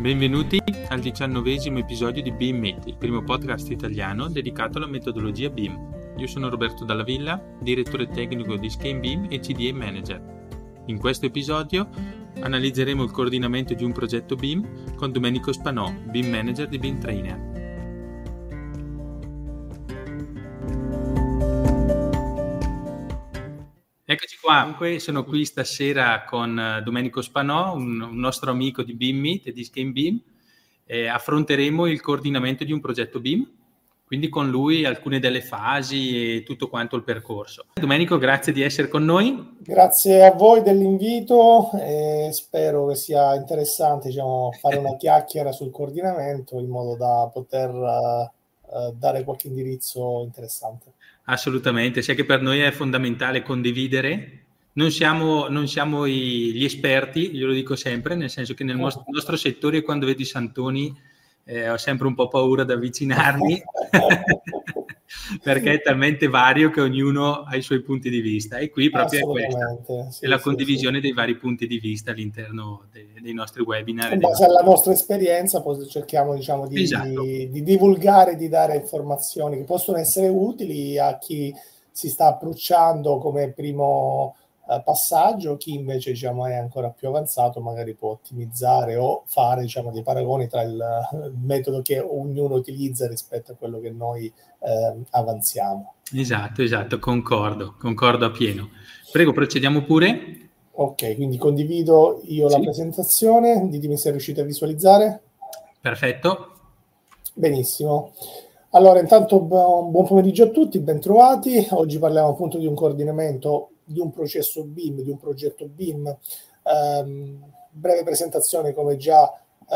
Benvenuti al 19° episodio di BIM Meet, il primo podcast italiano dedicato alla metodologia BIM. Io sono Roberto Dalla Villa, direttore tecnico di Scale BIM e CDA Manager. In questo episodio analizzeremo il coordinamento di un progetto BIM con Domenico Spanò, BIM Manager di BIM Trainer. Eccoci qua, comunque sono qui stasera con Domenico Spanò, un nostro amico di BIM Meet e di Scale BIM. Affronteremo il coordinamento di un progetto BIM, quindi con lui alcune delle fasi e tutto quanto il percorso. Domenico, grazie di essere con noi. Grazie a voi dell'invito e spero che sia interessante, fare una chiacchiera sul coordinamento in modo da poter dare qualche indirizzo interessante. Assolutamente, sai che per noi è fondamentale condividere. Non siamo gli esperti, glielo dico sempre, nel senso che nel nostro settore, quando vedo i santoni, ho sempre un po' paura di avvicinarmi perché è talmente vario che ognuno ha i suoi punti di vista, e qui proprio è questa, è la condivisione dei vari punti di vista all'interno dei nostri webinar. In base alla nostra esperienza poi cerchiamo di divulgare, di dare informazioni che possono essere utili a chi si sta approcciando come primo passaggio, chi invece è ancora più avanzato magari può ottimizzare o fare dei paragoni tra il metodo che ognuno utilizza rispetto a quello che noi avanziamo. Esatto, concordo appieno. Prego, procediamo pure. Ok, quindi condivido io la presentazione, ditemi se riuscite a visualizzare. Perfetto. Benissimo. Allora, intanto buon pomeriggio a tutti, ben trovati. Oggi parliamo appunto di un coordinamento di un processo BIM, di un progetto BIM. Breve presentazione, come già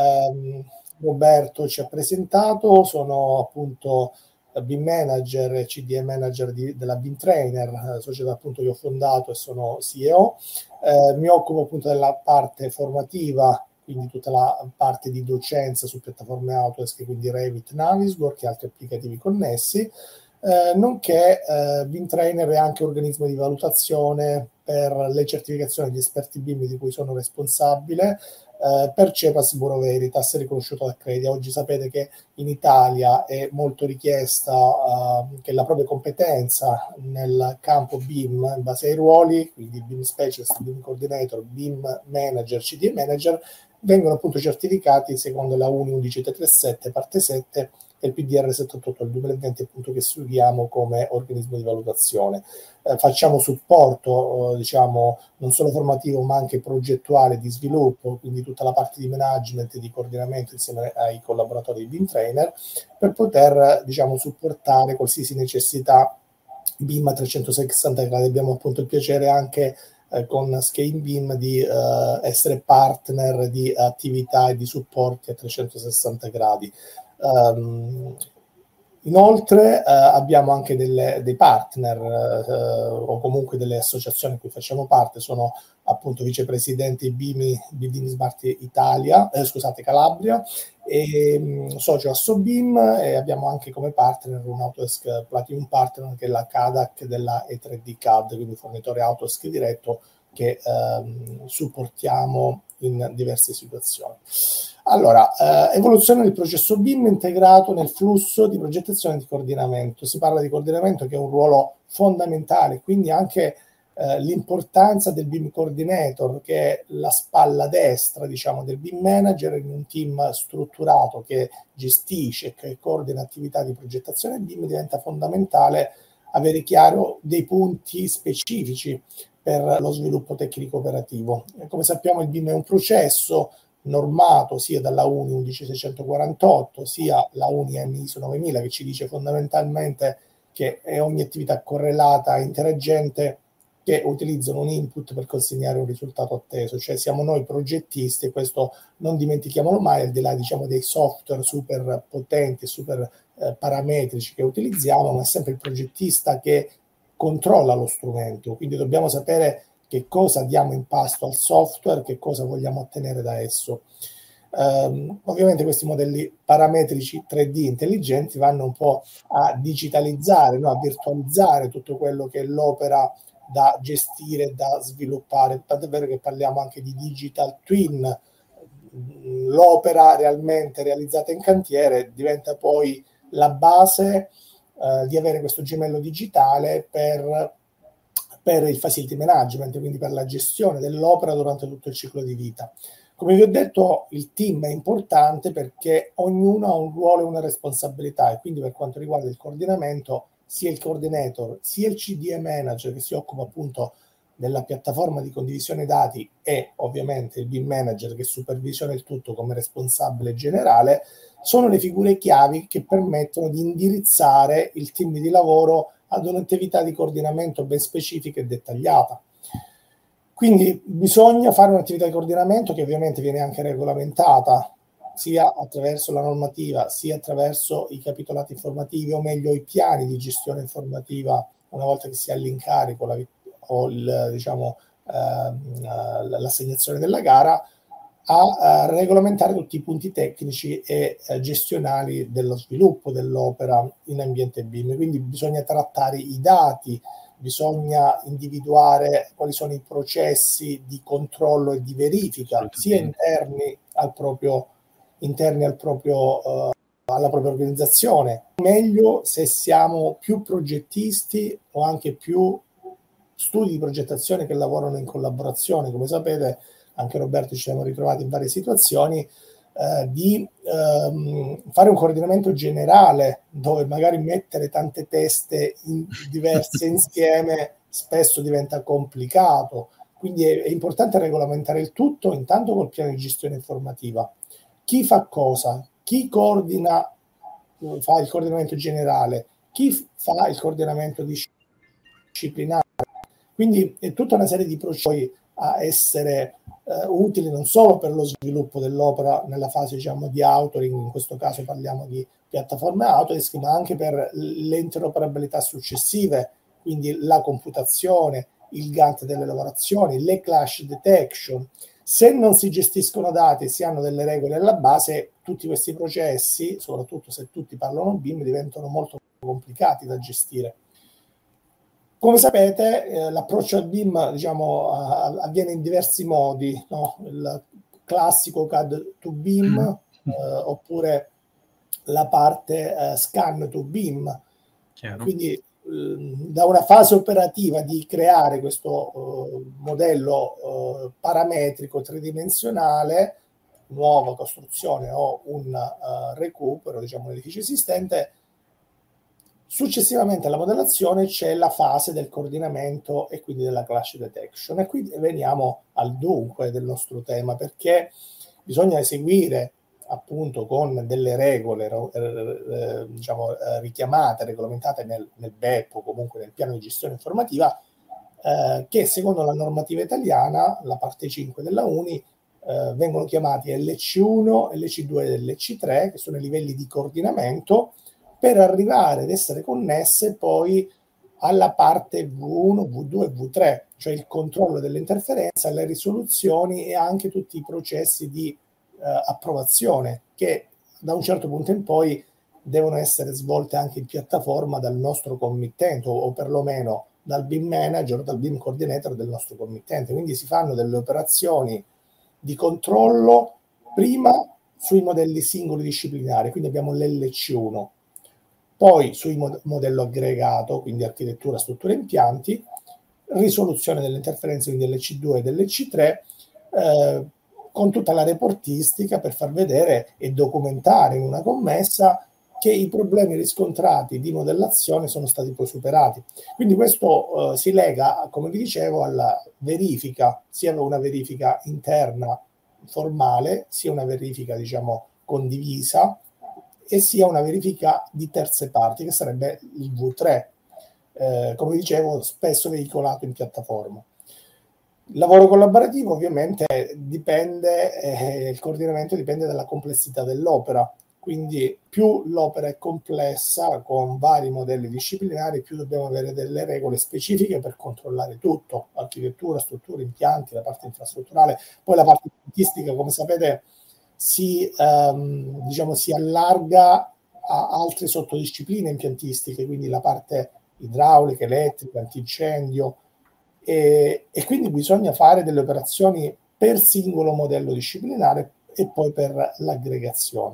Roberto ci ha presentato. Sono appunto BIM Manager e CDA Manager della BIM Trainer, società appunto che ho fondato e sono CEO. Mi occupo appunto della parte formativa, quindi tutta la parte di docenza su piattaforme Autodesk, quindi Revit, Navisworks e altri applicativi connessi, nonché BIM Trainer è anche organismo di valutazione per le certificazioni di esperti BIM di cui sono responsabile, per CEPAS Bureau Veritas, riconosciuto da Accredita. Oggi sapete che in Italia è molto richiesta che la propria competenza nel campo BIM, in base ai ruoli, quindi BIM Specialist, BIM Coordinator, BIM Manager, CDA Manager, vengono appunto certificati secondo la UNI 11337 parte 7 e il PDR 78 del 2020, appunto, che studiamo come organismo di valutazione. Facciamo supporto, non solo formativo ma anche progettuale di sviluppo, quindi tutta la parte di management e di coordinamento insieme ai collaboratori di BIM Trainer, per poter supportare qualsiasi necessità BIM a 360 gradi. Abbiamo appunto il piacere anche con Scale BIM di essere partner di attività e di supporti a 360 gradi. Inoltre abbiamo anche dei partner o comunque delle associazioni a cui facciamo parte. Sono appunto vicepresidente di BIM Smart Italia, Calabria, e socio Assobim, e abbiamo anche come partner un Autodesk Platinum Partner che è la CADAC della E3D CAD, quindi fornitore Autodesk diretto che supportiamo in diverse situazioni. Allora, evoluzione del processo BIM integrato nel flusso di progettazione e di coordinamento. Si parla di coordinamento che è un ruolo fondamentale, quindi anche l'importanza del BIM Coordinator, che è la spalla destra del BIM Manager in un team strutturato che gestisce e che coordina attività di progettazione BIM. Diventa fondamentale avere chiaro dei punti specifici per lo sviluppo tecnico operativo. Come sappiamo, il BIM è un processo normato sia dalla UNI 11648 sia la UNI ISO 9000, che ci dice fondamentalmente che è ogni attività correlata e interagente che utilizzano un input per consegnare un risultato atteso. Cioè siamo noi progettisti, e questo non dimentichiamolo mai, al di là dei software super potenti, super parametrici che utilizziamo, ma è sempre il progettista che controlla lo strumento. Quindi dobbiamo sapere che cosa diamo in pasto al software, che cosa vogliamo ottenere da esso. Ovviamente questi modelli parametrici 3D intelligenti vanno un po' a digitalizzare, a virtualizzare tutto quello che è l'opera da gestire, da sviluppare. Tanto è vero che parliamo anche di digital twin, l'opera realmente realizzata in cantiere diventa poi la base di avere questo gemello digitale per il facility management, quindi per la gestione dell'opera durante tutto il ciclo di vita. Come vi ho detto, il team è importante perché ognuno ha un ruolo e una responsabilità, e quindi per quanto riguarda il coordinamento, sia il coordinator sia il CDE manager, che si occupa appunto della piattaforma di condivisione dati, e ovviamente il BIM manager, che supervisiona il tutto come responsabile generale, sono le figure chiavi che permettono di indirizzare il team di lavoro ad un'attività di coordinamento ben specifica e dettagliata. Quindi bisogna fare un'attività di coordinamento che ovviamente viene anche regolamentata sia attraverso la normativa sia attraverso i capitolati informativi, o meglio i piani di gestione informativa, una volta che si ha l'incarico l'assegnazione della gara, a regolamentare tutti i punti tecnici e gestionali dello sviluppo dell'opera in ambiente BIM. Quindi bisogna trattare i dati, bisogna individuare quali sono i processi di controllo e di verifica, sia interni alla propria organizzazione. Meglio se siamo più progettisti o anche più studi di progettazione che lavorano in collaborazione. Come sapete, anche Roberto, ci siamo ritrovati in varie situazioni di fare un coordinamento generale, dove magari mettere tante teste diverse insieme spesso diventa complicato. Quindi è importante regolamentare il tutto, intanto col piano di gestione informativa. Chi fa cosa? Chi coordina, fa il coordinamento generale? Chi fa il coordinamento disciplinare? Quindi è tutta una serie di processi a essere utili non solo per lo sviluppo dell'opera nella fase, diciamo, di authoring, in questo caso parliamo di piattaforme Autodesk, ma anche per le interoperabilità successive, quindi la computazione, il Gantt delle lavorazioni, le clash detection. Se non si gestiscono dati e si hanno delle regole alla base, tutti questi processi, soprattutto se tutti parlano BIM, diventano molto complicati da gestire. Come sapete, l'approccio al BIM, diciamo, avviene in diversi modi, no? Il classico CAD to BIM, oppure la parte scan to BIM. Chiaro. Quindi da una fase operativa di creare questo modello parametrico tridimensionale, nuova costruzione o un recupero, diciamo, un edificio esistente. Successivamente alla modellazione c'è la fase del coordinamento e quindi della clash detection, e qui veniamo al dunque del nostro tema, perché bisogna eseguire appunto con delle regole diciamo richiamate, regolamentate nel BEP o comunque nel piano di gestione informativa, che secondo la normativa italiana, la parte 5 della UNI, vengono chiamati LC1, LC2 e LC3, che sono i livelli di coordinamento, per arrivare ad essere connesse poi alla parte V1, V2 e V3, cioè il controllo dell'interferenza, le risoluzioni e anche tutti i processi di approvazione, che da un certo punto in poi devono essere svolte anche in piattaforma dal nostro committente, o perlomeno dal BIM manager, dal BIM coordinator del nostro committente. Quindi si fanno delle operazioni di controllo prima sui modelli singoli disciplinari, quindi abbiamo l'LC1, poi sul modello aggregato, quindi architettura, strutture e impianti, risoluzione delle interferenze, quindi dell'C2 e dell'C3, con tutta la reportistica per far vedere e documentare in una commessa che i problemi riscontrati di modellazione sono stati poi superati. Quindi questo si lega, come vi dicevo, alla verifica, sia una verifica interna formale, sia una verifica, diciamo, condivisa, e sia una verifica di terze parti, che sarebbe il V3, come dicevo, spesso veicolato in piattaforma. Il lavoro collaborativo ovviamente dipende, il coordinamento dipende dalla complessità dell'opera, quindi più l'opera è complessa, con vari modelli disciplinari, più dobbiamo avere delle regole specifiche per controllare tutto: architettura, strutture, impianti, la parte infrastrutturale. Poi la parte impiantistica, come sapete, si allarga a altre sottodiscipline impiantistiche, quindi la parte idraulica, elettrica, antincendio, e quindi bisogna fare delle operazioni per singolo modello disciplinare e poi per l'aggregazione.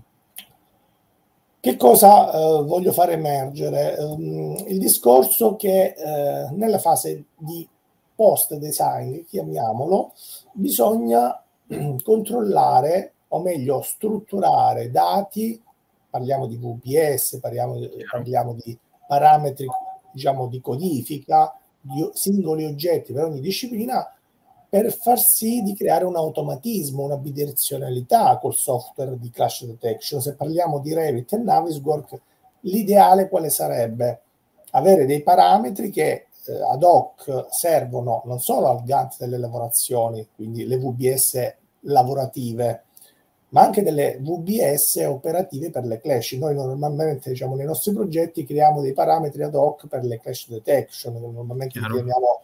Che cosa voglio fare emergere? Il discorso che nella fase di post-design, chiamiamolo, bisogna controllare, o meglio strutturare dati, parliamo di VPS, parliamo di parametri, diciamo, di codifica, di singoli oggetti per ogni disciplina, per far sì di creare un automatismo, una bidirezionalità col software di clash detection. Se parliamo di Revit e Naviswork, l'ideale quale sarebbe? Avere dei parametri che ad hoc servono non solo al Gantt delle lavorazioni, quindi le VBS lavorative, ma anche delle VBS operative per le clash. Noi normalmente, diciamo, nei nostri progetti creiamo dei parametri ad hoc per le clash detection, che normalmente chiamiamo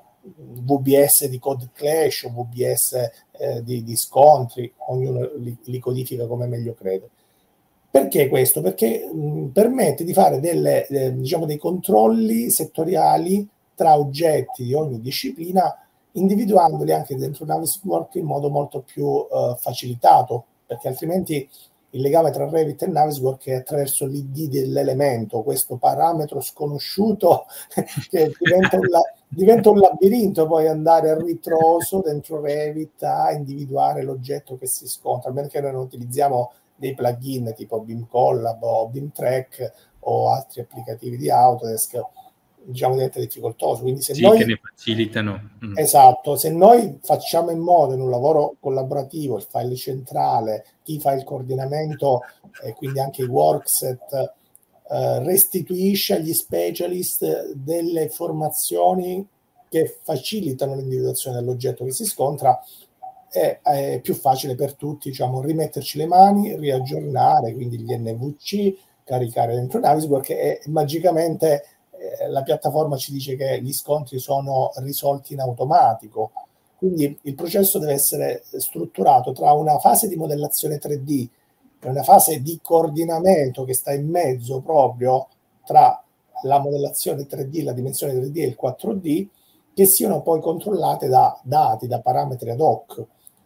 VBS di code clash o VBS di scontri, ognuno li codifica come meglio crede. Perché questo? Perché permette di fare diciamo, dei controlli settoriali tra oggetti di ogni disciplina, individuandoli anche dentro Naviswork in modo molto più facilitato, perché altrimenti il legame tra Revit e Naviswork è attraverso l'ID dell'elemento, questo parametro sconosciuto che diventa un labirinto, poi andare a ritroso dentro Revit a individuare l'oggetto che si scontra, a meno che noi non utilizziamo dei plugin tipo BIMCollab o BIMTrack o altri applicativi di Autodesk, diciamo diventa difficoltoso. Quindi se noi, che ne facilitano. Esatto, se noi facciamo in modo in un lavoro collaborativo, il file centrale, chi fa il coordinamento e quindi anche i workset, restituisce agli specialist delle informazioni che facilitano l'individuazione dell'oggetto che si scontra, è più facile per tutti, diciamo, rimetterci le mani, riaggiornare, quindi gli NVC, caricare dentro Naviswork e magicamente la piattaforma ci dice che gli scontri sono risolti in automatico. Quindi il processo deve essere strutturato tra una fase di modellazione 3D e una fase di coordinamento che sta in mezzo proprio tra la modellazione 3D, la dimensione 3D e il 4D, che siano poi controllate da dati, da parametri ad hoc.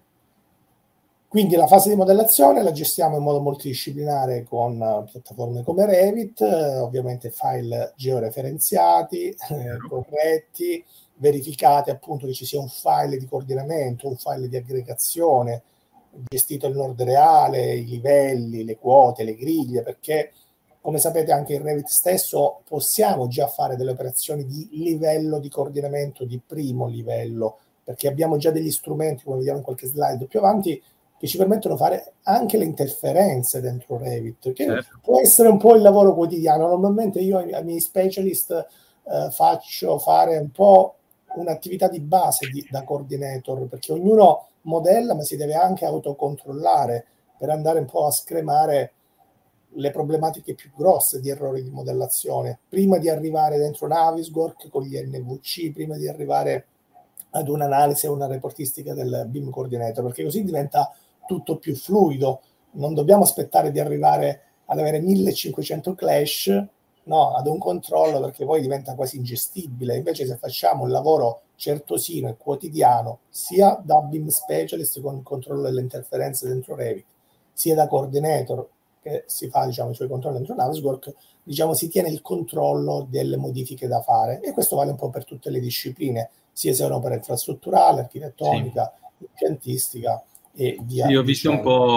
Quindi la fase di modellazione la gestiamo in modo multidisciplinare con piattaforme come Revit, ovviamente file georeferenziati, corretti, verificati appunto che ci sia un file di coordinamento, un file di aggregazione, gestito nell'ordine reale, i livelli, le quote, le griglie, perché come sapete anche in Revit stesso possiamo già fare delle operazioni di livello di coordinamento di primo livello, perché abbiamo già degli strumenti, come vediamo in qualche slide più avanti, che ci permettono di fare anche le interferenze dentro Revit, che può essere un po' il lavoro quotidiano. Normalmente io ai miei specialist faccio fare un po' un'attività di base da coordinator, perché ognuno modella, ma si deve anche autocontrollare per andare un po' a scremare le problematiche più grosse di errori di modellazione, prima di arrivare dentro Naviswork con gli NVC, prima di arrivare ad un'analisi e una reportistica del BIM coordinator, perché così diventa tutto più fluido. Non dobbiamo aspettare di arrivare ad avere 1500 clash, no, ad un controllo, perché poi diventa quasi ingestibile. Invece se facciamo un lavoro certosino e quotidiano, sia da BIM specialist con il controllo delle interferenze dentro Revit, sia da coordinator che si fa, diciamo, i suoi controlli dentro Naviswork, diciamo, si tiene il controllo delle modifiche da fare, e questo vale un po' per tutte le discipline, sia se è un'opera infrastrutturale, architettonica, impiantistica e via. Sì, ho visto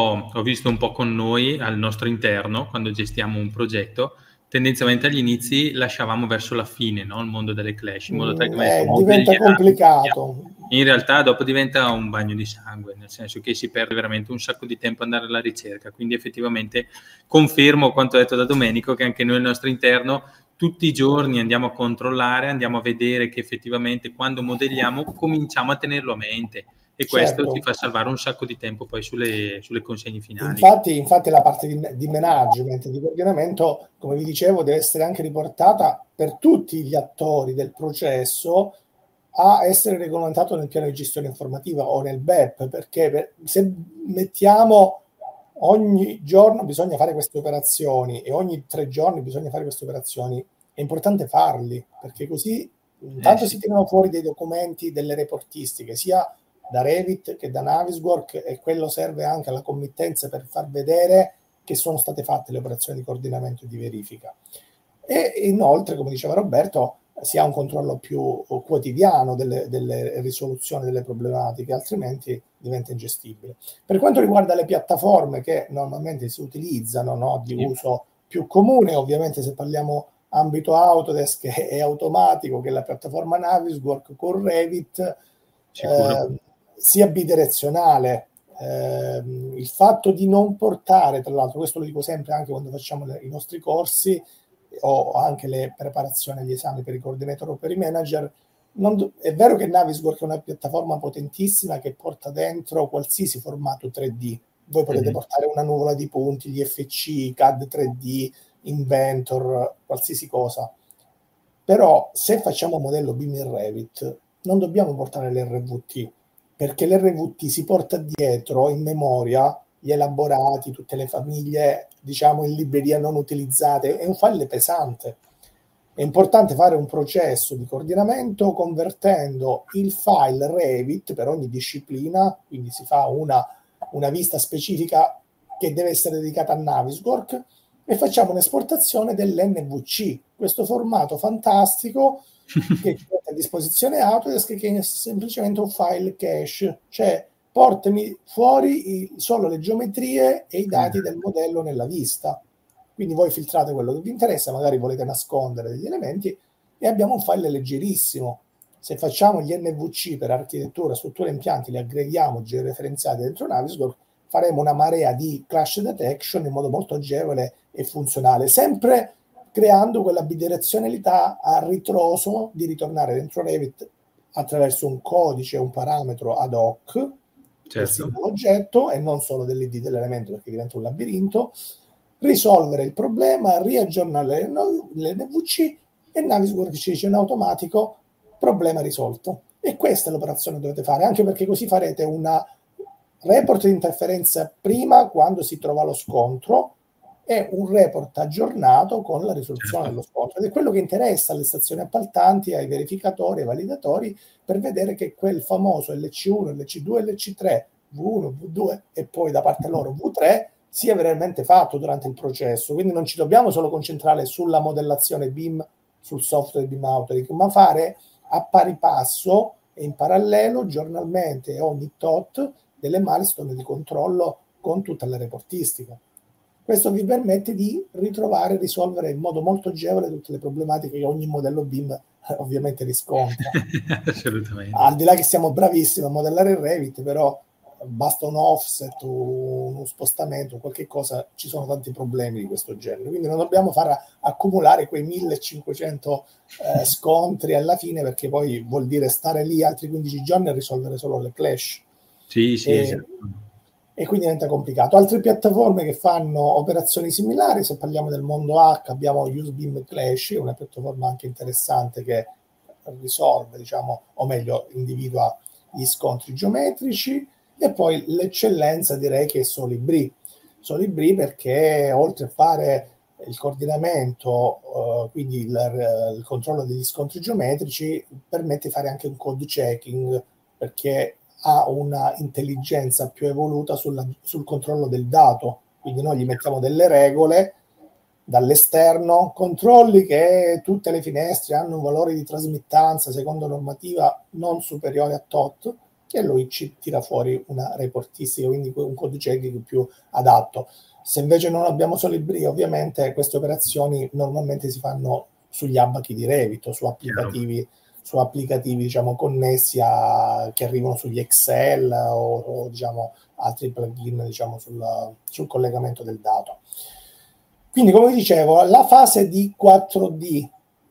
un po' con noi al nostro interno, quando gestiamo un progetto, tendenzialmente agli inizi lasciavamo verso la fine, no? Il mondo delle clash, in modo tale che diventa complicato. In realtà dopo diventa un bagno di sangue, nel senso che si perde veramente un sacco di tempo ad andare alla ricerca. Quindi effettivamente confermo quanto detto da Domenico, che anche noi al nostro interno tutti i giorni andiamo a controllare, andiamo a vedere che effettivamente quando modelliamo cominciamo a tenerlo a mente, e questo ci fa salvare un sacco di tempo poi sulle consegne finali. Infatti la parte di management, di coordinamento, come vi dicevo, deve essere anche riportata per tutti gli attori del processo a essere regolamentato nel piano di gestione informativa o nel BEP, perché se mettiamo ogni giorno bisogna fare queste operazioni e ogni 3 giorni bisogna fare queste operazioni, è importante farli, perché così intanto si tirano fuori dei documenti, delle reportistiche, sia da Revit che da Naviswork, e quello serve anche alla committenza per far vedere che sono state fatte le operazioni di coordinamento e di verifica. E inoltre, come diceva Roberto, si ha un controllo più quotidiano delle risoluzioni delle problematiche, altrimenti diventa ingestibile. Per quanto riguarda le piattaforme che normalmente si utilizzano, no, di uso più comune, ovviamente se parliamo ambito Autodesk è automatico che la piattaforma Naviswork con Revit sia bidirezionale. Il fatto di non portare, tra l'altro questo lo dico sempre anche quando facciamo i nostri corsi o anche le preparazioni agli esami per i coordinator o per i manager, è vero che Naviswork è una piattaforma potentissima che porta dentro qualsiasi formato 3D. Voi potete portare una nuvola di punti, gli FC, CAD 3D, Inventor, qualsiasi cosa. Però se facciamo modello BIM in Revit non dobbiamo portare l'RVT, perché l'RVT si porta dietro in memoria gli elaborati, tutte le famiglie, diciamo, in libreria non utilizzate, è un file pesante. È importante fare un processo di coordinamento convertendo il file Revit per ogni disciplina, quindi si fa una vista specifica che deve essere dedicata a Naviswork, e facciamo un'esportazione dell'NVC, questo formato fantastico che ci mette a disposizione Autodesk, che è semplicemente un file cache, cioè portami fuori solo le geometrie e i dati del modello nella vista. Quindi voi filtrate quello che vi interessa, magari volete nascondere degli elementi, e abbiamo un file leggerissimo. Se facciamo gli NVC per architettura, strutture e impianti, li aggreghiamo georeferenziati dentro Naviswork, faremo una marea di clash detection in modo molto agevole e funzionale, sempre creando quella bidirezionalità a ritroso di ritornare dentro Revit attraverso un codice, un parametro ad hoc del singolo oggetto e non solo dell'ID dell'elemento, perché diventa un labirinto, risolvere il problema, riaggiornare l'NVC, e Naviswork ci dice in automatico problema risolto. E questa è l'operazione che dovete fare, anche perché così farete una report di interferenza prima quando si trova lo scontro e un report aggiornato con la risoluzione dello scontro, ed è quello che interessa alle stazioni appaltanti, ai verificatori, ai validatori, per vedere che quel famoso LC1, LC2, LC3, V1, V2 e poi da parte loro V3 sia veramente fatto durante il processo. Quindi non ci dobbiamo solo concentrare sulla modellazione BIM, sul software BIM Authoric, ma fare a pari passo e in parallelo giornalmente ogni tot delle milestone di controllo con tutta la reportistica. Questo vi permette di ritrovare e risolvere in modo molto agevole tutte le problematiche che ogni modello BIM ovviamente riscontra. Assolutamente. Al di là che siamo bravissimi a modellare il Revit, però basta un offset, uno spostamento, qualche cosa, ci sono tanti problemi di questo genere. Quindi non dobbiamo far accumulare quei 1500 scontri alla fine, perché poi vuol dire stare lì altri 15 giorni a risolvere solo le clash. Sì, esatto. E quindi diventa complicato. Altre piattaforme che fanno operazioni similari, se parliamo del mondo H, abbiamo UseBeam Clash, una piattaforma anche interessante che risolve, diciamo, o meglio, individua gli scontri geometrici. E poi l'eccellenza direi che è Solibri. Solibri perché oltre a fare il coordinamento, quindi il controllo degli scontri geometrici, permette di fare anche un code checking, perché ha una intelligenza più evoluta sul controllo del dato. Quindi noi gli mettiamo delle regole dall'esterno, controlli che tutte le finestre hanno un valore di trasmittanza secondo normativa non superiore a tot, e lui ci tira fuori una reportistica, quindi un code checking più adatto. Se invece non abbiamo Solibri, ovviamente queste operazioni normalmente si fanno sugli abachi di Revit o su applicativi diciamo connessi che arrivano sugli Excel o diciamo altri plugin, diciamo sul collegamento del dato. Quindi, come dicevo, la fase di 4D,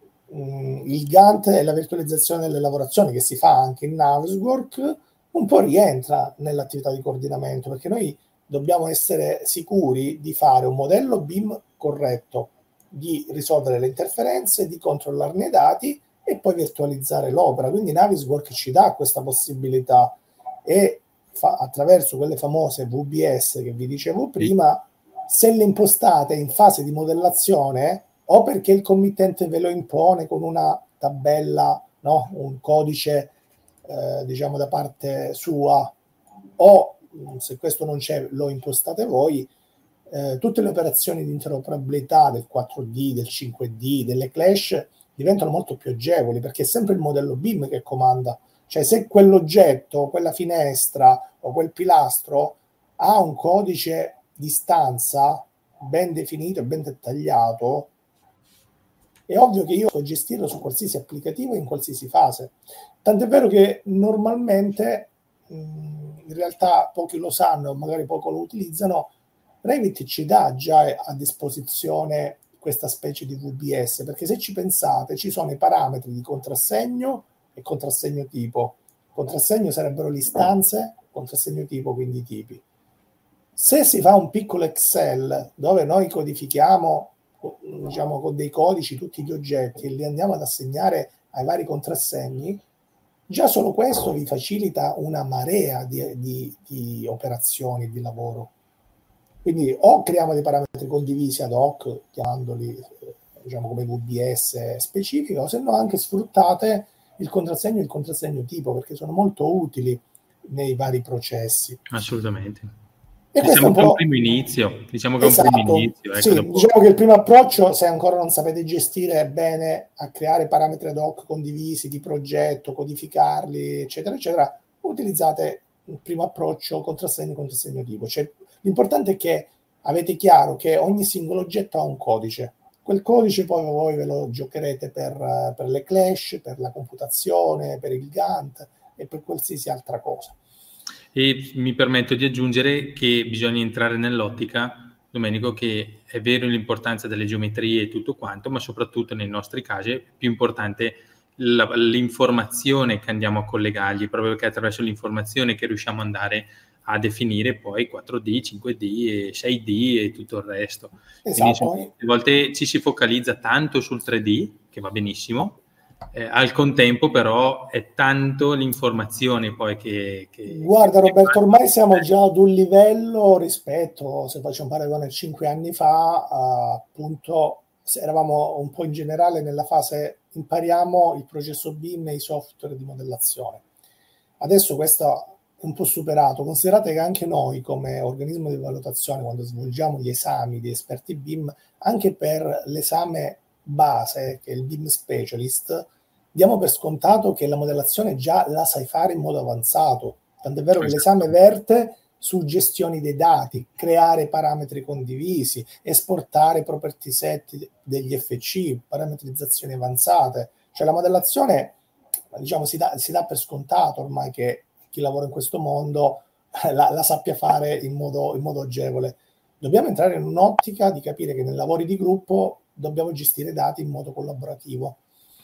il Gantt e la virtualizzazione delle lavorazioni che si fa anche in Naviswork un po' rientra nell'attività di coordinamento, perché noi dobbiamo essere sicuri di fare un modello BIM corretto, di risolvere le interferenze, di controllarne i dati e poi virtualizzare l'opera. Quindi Naviswork ci dà questa possibilità, e attraverso quelle famose VBS che vi dicevo prima, se le impostate in fase di modellazione, o perché il committente ve lo impone con una tabella, no? Un codice diciamo da parte sua, o se questo non c'è lo impostate voi, tutte le operazioni di interoperabilità del 4D, del 5D, delle Clash diventano molto più agevoli, perché è sempre il modello BIM che comanda. Cioè, se quell'oggetto, quella finestra o quel pilastro ha un codice di stanza ben definito e ben dettagliato, è ovvio che io posso gestirlo su qualsiasi applicativo in qualsiasi fase. Tant'è vero che normalmente, in realtà pochi lo sanno, magari poco lo utilizzano, Revit ci dà già a disposizione questa specie di VBS, perché se ci pensate ci sono i parametri di contrassegno e contrassegno tipo. Contrassegno sarebbero le istanze, contrassegno tipo quindi i tipi. Se si fa un piccolo Excel dove noi codifichiamo, diciamo, con dei codici tutti gli oggetti e li andiamo ad assegnare ai vari contrassegni, già solo questo vi facilita una marea di operazioni, di lavoro. Quindi o creiamo dei parametri condivisi ad hoc, chiamandoli diciamo come VBS specifico, o se no anche sfruttate il contrassegno e il contrassegno tipo, perché sono molto utili nei vari processi. Assolutamente. E diciamo che è un primo inizio. Diciamo che esatto. È un primo inizio. Sì, diciamo che il primo approccio, se ancora non sapete gestire bene a creare parametri ad hoc condivisi di progetto, codificarli, eccetera, eccetera, utilizzate il primo approccio contrassegno tipo. Cioè, l'importante è che avete chiaro che ogni singolo oggetto ha un codice. Quel codice poi voi ve lo giocherete per le Clash, per la computazione, per il Gantt e per qualsiasi altra cosa. E mi permetto di aggiungere che bisogna entrare nell'ottica, Domenico, che è vero l'importanza delle geometrie e tutto quanto, ma soprattutto nei nostri casi è più importante l'informazione che andiamo a collegargli, proprio perché è attraverso l'informazione che riusciamo ad andare a definire poi 4D, 5D e 6D e tutto il resto. Esatto. Quindi a volte ci si focalizza tanto sul 3D, che va benissimo, al contempo però è tanto l'informazione poi che guarda Roberto, ormai siamo già ad un livello rispetto, se faccio un paragone 5 anni fa, appunto eravamo un po' in generale nella fase impariamo il processo BIM e i software di modellazione. Adesso questo è un po' superato. Considerate che anche noi come organismo di valutazione, quando svolgiamo gli esami di esperti BIM, anche per l'esame base, che è il BIM Specialist, diamo per scontato che la modellazione già la sai fare in modo avanzato. Tant'è vero che l'esame verte su gestioni dei dati, creare parametri condivisi, esportare property set degli FC, parametrizzazioni avanzate. Cioè la modellazione, diciamo, si dà per scontato ormai che chi lavora in questo mondo la sappia fare in modo agevole. Dobbiamo entrare in un'ottica di capire che nei lavori di gruppo dobbiamo gestire dati in modo collaborativo.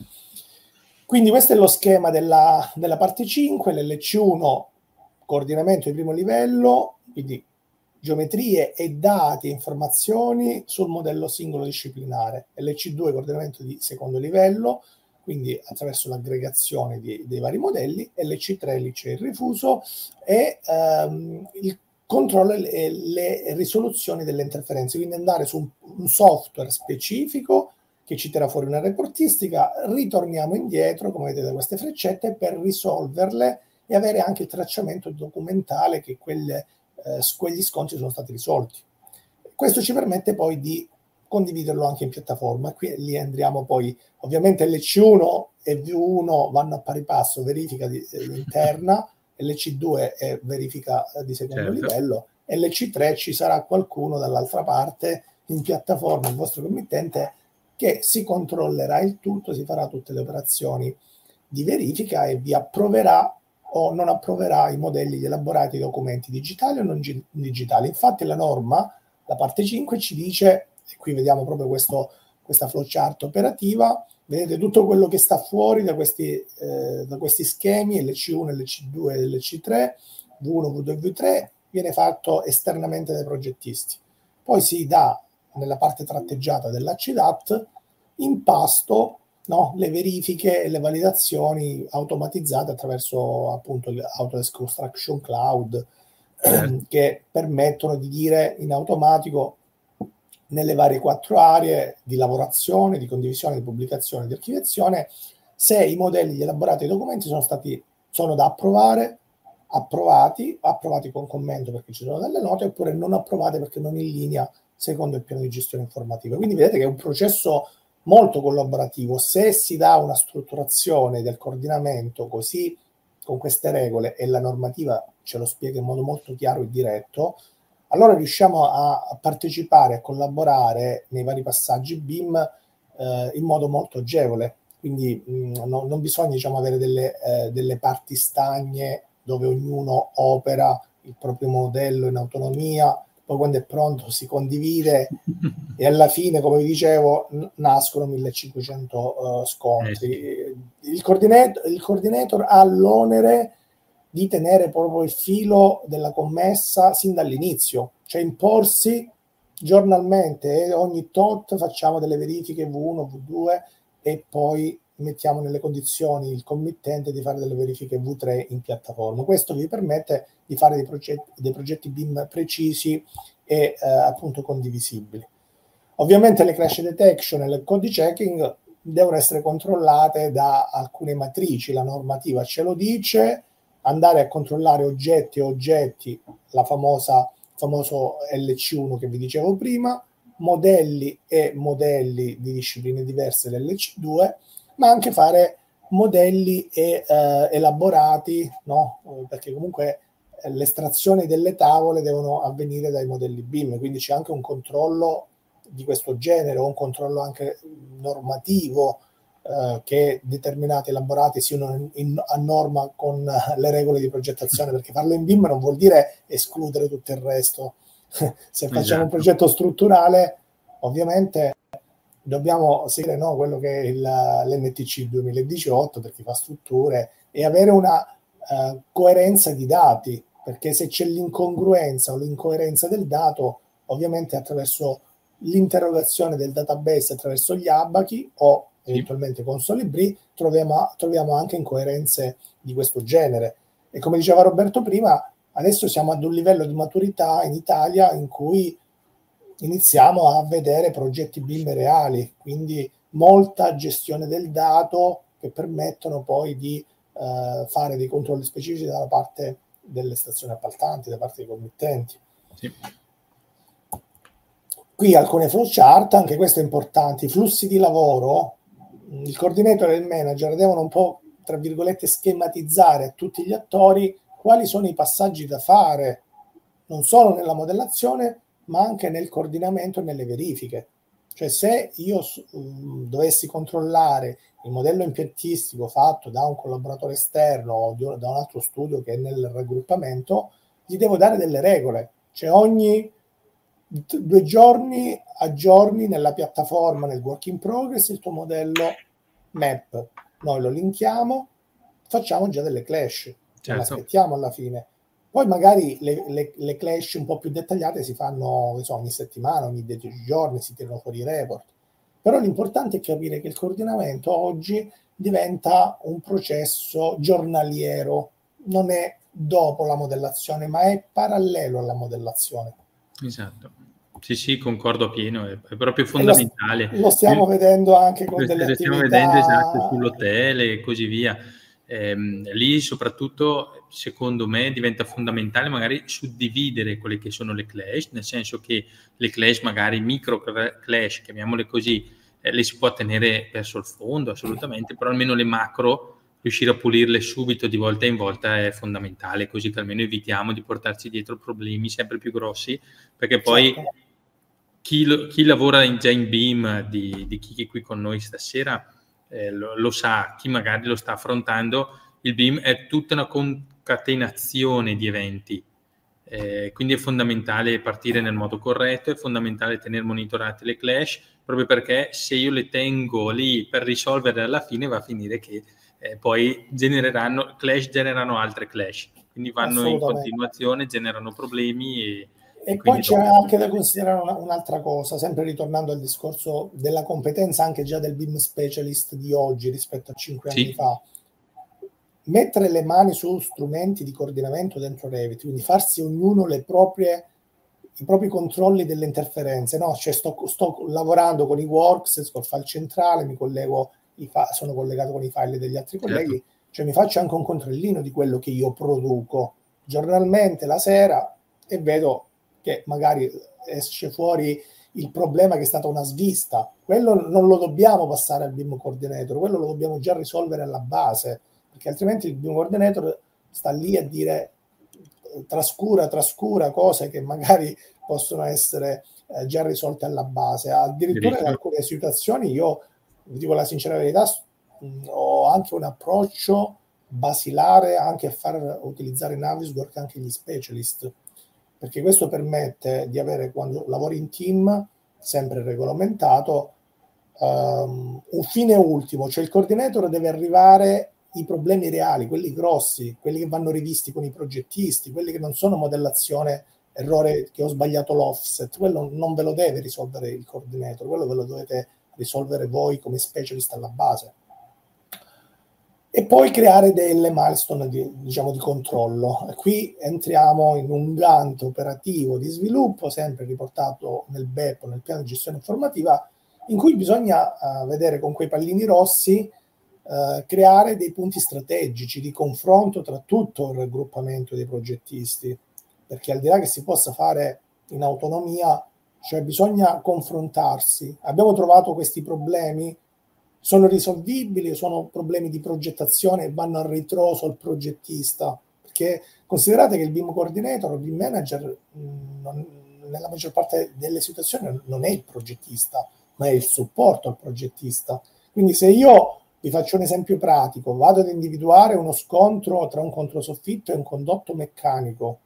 Quindi questo è lo schema della parte 5, l'LC1 coordinamento di primo livello, quindi geometrie e dati e informazioni sul modello singolo disciplinare, LC2 coordinamento di secondo livello, quindi attraverso l'aggregazione dei vari modelli, LC3 lì c'è il rifuso e il controllo e le risoluzioni delle interferenze, quindi andare su un software specifico che ci tira fuori una reportistica, ritorniamo indietro, come vedete da queste freccette, per risolverle e avere anche il tracciamento documentale che quegli scontri sono stati risolti. Questo ci permette poi di condividerlo anche in piattaforma. Qui lì andremo poi, ovviamente LC1 e V1 vanno a pari passo, verifica interna, LC2 è verifica di secondo livello, LC3 ci sarà qualcuno dall'altra parte in piattaforma, il vostro committente, che si controllerà il tutto, si farà tutte le operazioni di verifica e vi approverà o non approverà i modelli, gli elaborati, i documenti digitali o non digitali. Infatti la norma, la parte 5, ci dice, e qui vediamo proprio questa flowchart operativa, vedete tutto quello che sta fuori da questi schemi, LC1, LC2 e LC3, V1, V2 e V3, viene fatto esternamente dai progettisti. Poi si dà nella parte tratteggiata dell'ACIDAT in pasto, no, le verifiche e le validazioni automatizzate attraverso appunto l'Autodesk Construction Cloud, che permettono di dire in automatico nelle varie 4 aree di lavorazione, di condivisione, di pubblicazione, di archiviazione, se i modelli, gli elaborati e i documenti sono stati sono da approvati con commento perché ci sono delle note, oppure non approvati perché non in linea secondo il piano di gestione informativa. Quindi vedete che è un processo molto collaborativo. Se si dà una strutturazione del coordinamento così, con queste regole, e la normativa ce lo spiega in modo molto chiaro e diretto, allora riusciamo a partecipare, a collaborare nei vari passaggi BIM in modo molto agevole. Quindi non bisogna, diciamo, avere delle parti stagne dove ognuno opera il proprio modello in autonomia, poi quando è pronto si condivide e alla fine, come vi dicevo, nascono 1500 scontri. Il coordinator ha l'onere di tenere proprio il filo della commessa sin dall'inizio, cioè imporsi giornalmente, e ogni tot facciamo delle verifiche V1, V2 e poi mettiamo nelle condizioni il committente di fare delle verifiche V3 in piattaforma. Questo vi permette di fare dei progetti BIM precisi e appunto condivisibili. Ovviamente le crash detection e il code checking devono essere controllate da alcune matrici, la normativa ce lo dice, andare a controllare oggetti, la famoso LC1 che vi dicevo prima, modelli di discipline diverse dell'LC2, ma anche fare modelli elaborati, no? Perché comunque l'estrazione delle tavole devono avvenire dai modelli BIM, quindi c'è anche un controllo di questo genere, un controllo anche normativo, che determinati elaborati siano a norma con le regole di progettazione, perché farlo in BIM non vuol dire escludere tutto il resto. Se facciamo un progetto strutturale, ovviamente dobbiamo seguire, no, quello che è l'NTC 2018 per chi fa strutture, e avere una coerenza di dati, perché se c'è l'incongruenza o l'incoerenza del dato, ovviamente attraverso l'interrogazione del database, attraverso gli abachi o eventualmente con Solibri, troviamo anche incoerenze di questo genere. E come diceva Roberto prima, adesso siamo ad un livello di maturità in Italia in cui iniziamo a vedere progetti BIM reali, quindi molta gestione del dato che permettono poi di fare dei controlli specifici dalla parte delle stazioni appaltanti, da parte dei committenti. Sì. Qui alcune flowchart, anche questo è importante, i flussi di lavoro, il coordinator e il manager devono un po', tra virgolette, schematizzare a tutti gli attori quali sono i passaggi da fare, non solo nella modellazione, ma anche nel coordinamento e nelle verifiche. Cioè, se io dovessi controllare il modello impiantistico fatto da un collaboratore esterno o da un altro studio che è nel raggruppamento, gli devo dare delle regole. Cioè, ogni 2 giorni aggiorni nella piattaforma, nel work in progress, il tuo modello map. Noi lo linkiamo, facciamo già delle clash, non aspettiamo alla fine. Poi magari le clash un po' più dettagliate si fanno, ogni settimana, ogni 10 giorni si tirano fuori i report. Però l'importante è capire che il coordinamento oggi diventa un processo giornaliero, non è dopo la modellazione, ma è parallelo alla modellazione. Esatto. Sì, concordo a pieno, è proprio fondamentale. Lo stiamo vedendo anche con delle attività. Stiamo vedendo, esatto, sull'hotel e così via. Lì soprattutto, secondo me, diventa fondamentale magari suddividere quelle che sono le clash, nel senso che le clash, magari micro clash, chiamiamole così, le si può tenere verso il fondo, assolutamente, però almeno le macro, riuscire a pulirle subito di volta in volta è fondamentale, così che almeno evitiamo di portarci dietro problemi sempre più grossi, perché poi chi lavora già in BIM, di chi è qui con noi stasera, lo sa, chi magari lo sta affrontando, il BIM è tutta una concatenazione di eventi, quindi è fondamentale partire nel modo corretto, è fondamentale tenere monitorate le clash, proprio perché se io le tengo lì per risolvere alla fine va a finire che poi generano altre clash, quindi vanno in continuazione, generano problemi e poi c'è anche da considerare un'altra cosa, sempre ritornando al discorso della competenza anche già del BIM specialist di oggi rispetto a 5 anni fa. Mettere le mani su strumenti di coordinamento dentro Revit, quindi farsi ognuno i propri controlli delle interferenze. No? Cioè sto lavorando con i works, col file centrale, sono collegato con i file degli altri colleghi, cioè mi faccio anche un controllino di quello che io produco giornalmente la sera e vedo che magari esce fuori il problema che è stata una svista. Quello non lo dobbiamo passare al BIM coordinator, quello lo dobbiamo già risolvere alla base, perché altrimenti il BIM coordinator sta lì a dire trascura cose che magari possono essere già risolte alla base. Addirittura in alcune situazioni, io vi dico la sincera verità, ho anche un approccio basilare anche a far utilizzare Naviswork anche gli specialist, perché questo permette di avere, quando lavori in team, sempre regolamentato, un fine ultimo, cioè il coordinator deve arrivare i problemi reali, quelli grossi, quelli che vanno rivisti con i progettisti, quelli che non sono modellazione, errore che ho sbagliato l'offset, quello non ve lo deve risolvere il coordinator, quello ve lo dovete risolvere voi come specialist alla base. E poi creare delle milestone di controllo. E qui entriamo in un Gantt operativo di sviluppo, sempre riportato nel BEP, nel piano di gestione informativa, in cui bisogna vedere con quei pallini rossi, creare dei punti strategici di confronto tra tutto il raggruppamento dei progettisti, perché al di là che si possa fare in autonomia, cioè bisogna confrontarsi. Abbiamo trovato questi problemi, sono risolvibili, sono problemi di progettazione e vanno a ritroso al progettista, perché considerate che il BIM coordinator o il BIM manager nella maggior parte delle situazioni non è il progettista, ma è il supporto al progettista. Quindi se io vi faccio un esempio pratico, vado ad individuare uno scontro tra un controsoffitto e un condotto meccanico,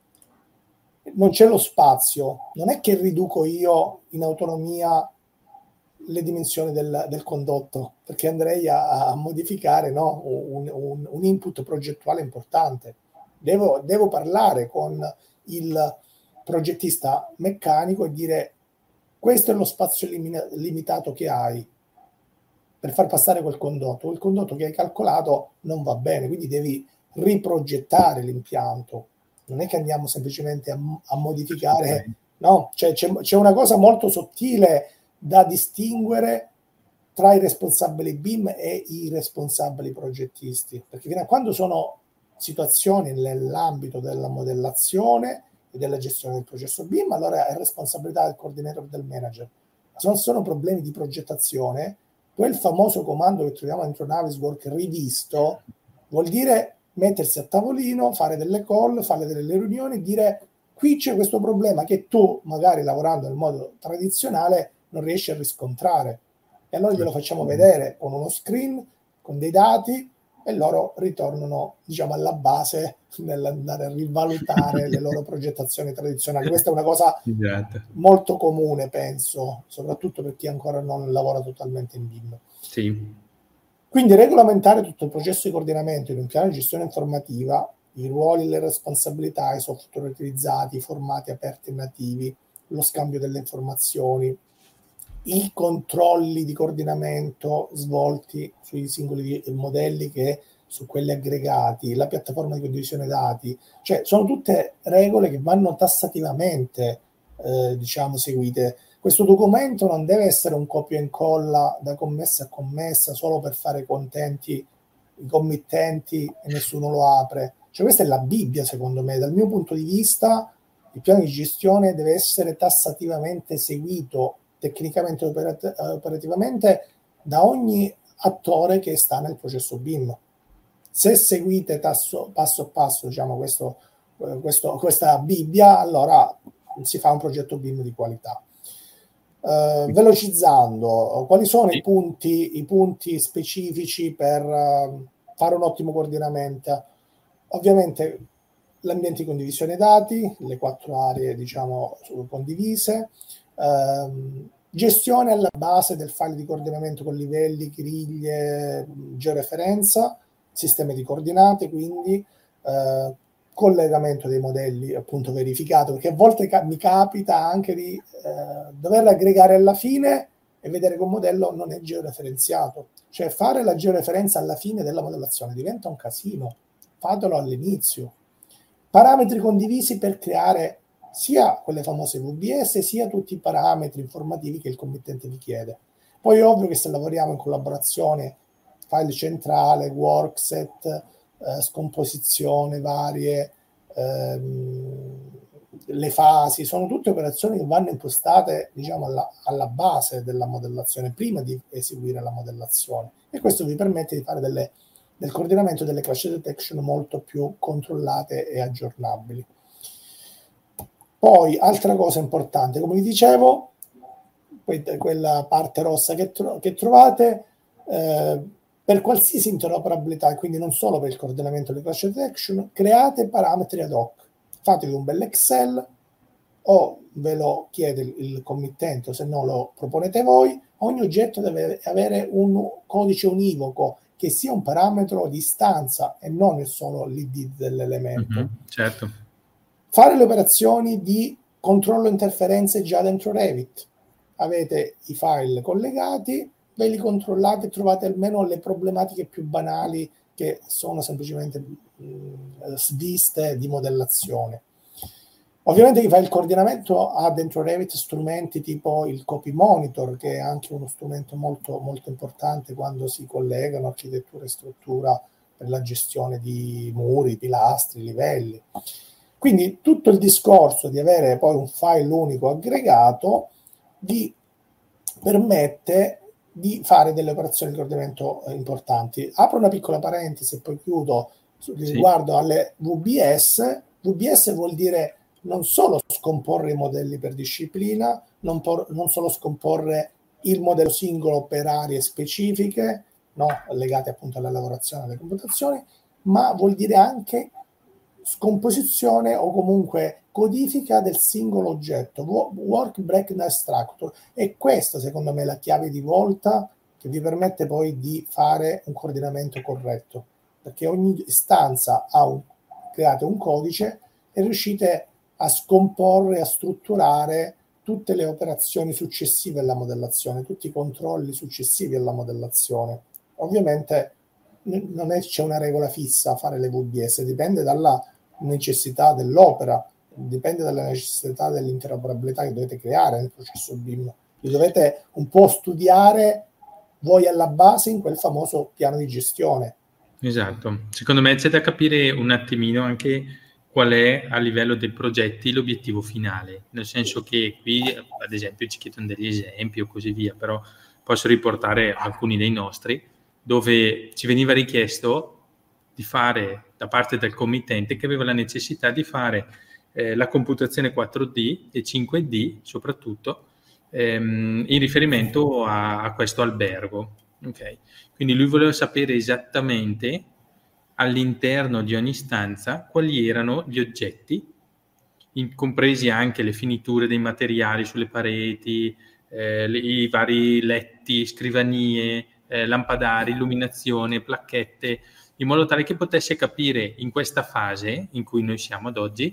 non c'è lo spazio, non è che riduco io in autonomia le dimensioni del condotto, perché andrei a modificare, no, un input progettuale importante. Devo parlare con il progettista meccanico e dire: questo è lo spazio limitato che hai per far passare quel condotto. Il condotto che hai calcolato non va bene, quindi devi riprogettare l'impianto. Non è che andiamo semplicemente a modificare, no? Cioè, c'è una cosa molto sottile da distinguere tra i responsabili BIM e i responsabili progettisti, perché fino a quando sono situazioni nell'ambito della modellazione e della gestione del processo BIM, allora è responsabilità del coordinator, del manager. Se non sono problemi di progettazione, quel famoso comando che troviamo dentro Naviswork rivisto vuol dire mettersi a tavolino, fare delle call, fare delle riunioni e dire: qui c'è questo problema che tu, magari lavorando nel modo tradizionale, non riesci a riscontrare. E allora glielo facciamo vedere con uno screen, con dei dati, e loro ritornano, diciamo, alla base nell'andare a rivalutare le loro progettazioni tradizionali. Questa è una cosa molto comune, penso, soprattutto per chi ancora non lavora totalmente in BIM. Sì. Quindi regolamentare tutto il processo di coordinamento in un piano di gestione informativa, i ruoli, le responsabilità, i software utilizzati, i formati aperti e nativi, lo scambio delle informazioni, i controlli di coordinamento svolti sui singoli modelli che su quelli aggregati, la piattaforma di condivisione dati, cioè sono tutte regole che vanno tassativamente seguite. Questo documento non deve essere un copia e incolla da commessa a commessa solo per fare contenti i committenti e nessuno lo apre. Cioè questa è la Bibbia, secondo me. Dal mio punto di vista il piano di gestione deve essere tassativamente seguito tecnicamente e operativamente da ogni attore che sta nel processo BIM. Se seguite passo a passo, diciamo, questa Bibbia, allora si fa un progetto BIM di qualità. Velocizzando, quali sono i punti specifici per fare un ottimo coordinamento? Ovviamente l'ambiente di condivisione dati, le 4 aree, diciamo, condivise, gestione alla base del file di coordinamento con livelli, griglie, georeferenza, sistemi di coordinate, quindi collegamento dei modelli appunto verificato, perché a volte mi capita anche di dover aggregare alla fine e vedere che un modello non è georeferenziato, cioè fare la georeferenza alla fine della modellazione diventa un casino, fatelo all'inizio. Parametri condivisi per creare sia quelle famose VBS sia tutti i parametri informativi che il committente vi chiede. Poi è ovvio che se lavoriamo in collaborazione file centrale, workset, scomposizione varie, le fasi, sono tutte operazioni che vanno impostate, diciamo, alla base della modellazione, prima di eseguire la modellazione, e questo vi permette di fare del coordinamento delle crash detection molto più controllate e aggiornabili. Poi, altra cosa importante, come vi dicevo, quella parte rossa che trovate, per qualsiasi interoperabilità, quindi non solo per il coordinamento delle crash detection, create parametri ad hoc. Fatevi un bel Excel, o ve lo chiede il committente, o se no lo proponete voi. Ogni oggetto deve avere un codice univoco che sia un parametro di istanza e non solo l'id dell'elemento. Certo. Fare le operazioni di controllo interferenze già dentro Revit. Avete i file collegati, ve li controllate e trovate almeno le problematiche più banali che sono semplicemente sviste di modellazione. Ovviamente chi fa il coordinamento ha dentro Revit strumenti tipo il Copy Monitor, che è anche uno strumento molto, molto importante quando si collegano architettura e struttura per la gestione di muri, pilastri, livelli. Quindi tutto il discorso di avere poi un file unico aggregato vi permette di fare delle operazioni di coordinamento importanti. Apro una piccola parentesi e poi chiudo riguardo alle VBS. VBS vuol dire non solo scomporre i modelli per disciplina, non solo scomporre il modello singolo per aree specifiche, no, legate appunto alla lavorazione e alle computazioni, ma vuol dire anche scomposizione o comunque codifica del singolo oggetto, work breakdown structure. E questa, secondo me, è la chiave di volta che vi permette poi di fare un coordinamento corretto, perché ogni istanza create un codice e riuscite a scomporre, a strutturare tutte le operazioni successive alla modellazione, tutti i controlli successivi alla modellazione. Ovviamente non c'è una regola fissa a fare le VBS, dipende dalla necessità dell'opera, dipende dalla necessità dell'interoperabilità che dovete creare nel processo BIM. Li dovete un po' studiare voi alla base in quel famoso piano di gestione. Esatto. Secondo me c'è da capire un attimino anche qual è a livello dei progetti l'obiettivo finale, nel senso che qui ad esempio ci chiedono degli esempi o così via, però posso riportare alcuni dei nostri dove ci veniva richiesto di fare da parte del committente che aveva la necessità di fare la computazione 4D e 5D soprattutto in riferimento a questo albergo. Okay. Quindi lui voleva sapere esattamente all'interno di ogni stanza quali erano gli oggetti, compresi anche le finiture dei materiali sulle pareti, i vari letti, scrivanie, lampadari, illuminazione, placchette, in modo tale che potesse capire in questa fase in cui noi siamo ad oggi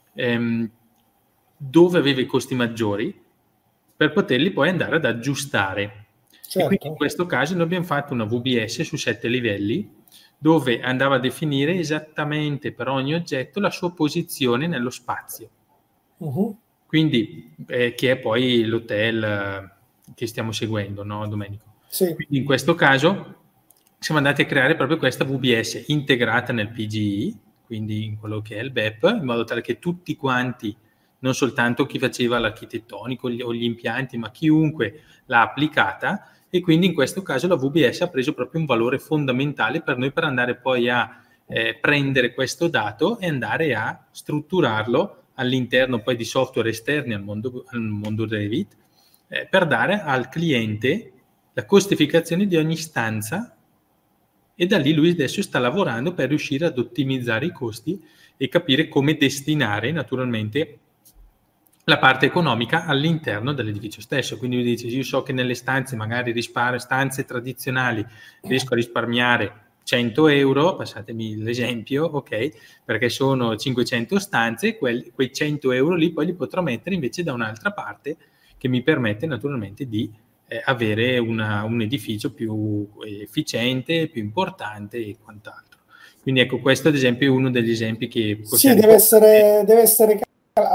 dove aveva i costi maggiori per poterli poi andare ad aggiustare. Certo. E quindi in questo caso noi abbiamo fatto una VBS su 7 livelli dove andava a definire esattamente per ogni oggetto la sua posizione nello spazio. Quindi che è poi l'hotel che stiamo seguendo, no, Domenico? Sì. Quindi in questo caso siamo andati a creare proprio questa VBS integrata nel PGI, quindi in quello che è il BEP, in modo tale che tutti quanti, non soltanto chi faceva l'architettonico o gli impianti, ma chiunque l'ha applicata. E quindi in questo caso la VBS ha preso proprio un valore fondamentale per noi per andare poi a prendere questo dato e andare a strutturarlo all'interno poi di software esterni al mondo Revit per dare al cliente la costificazione di ogni stanza, e da lì lui adesso sta lavorando per riuscire ad ottimizzare i costi e capire come destinare naturalmente la parte economica all'interno dell'edificio stesso. Quindi lui dice: io so che nelle stanze magari stanze tradizionali riesco a risparmiare 100 euro, passatemi l'esempio, ok, perché sono 500 stanze, quei 100 euro lì poi li potrò mettere invece da un'altra parte che mi permette naturalmente di avere un edificio più efficiente, più importante e quant'altro. Quindi ecco, questo ad esempio è uno degli esempi che possiamo... Sì, deve essere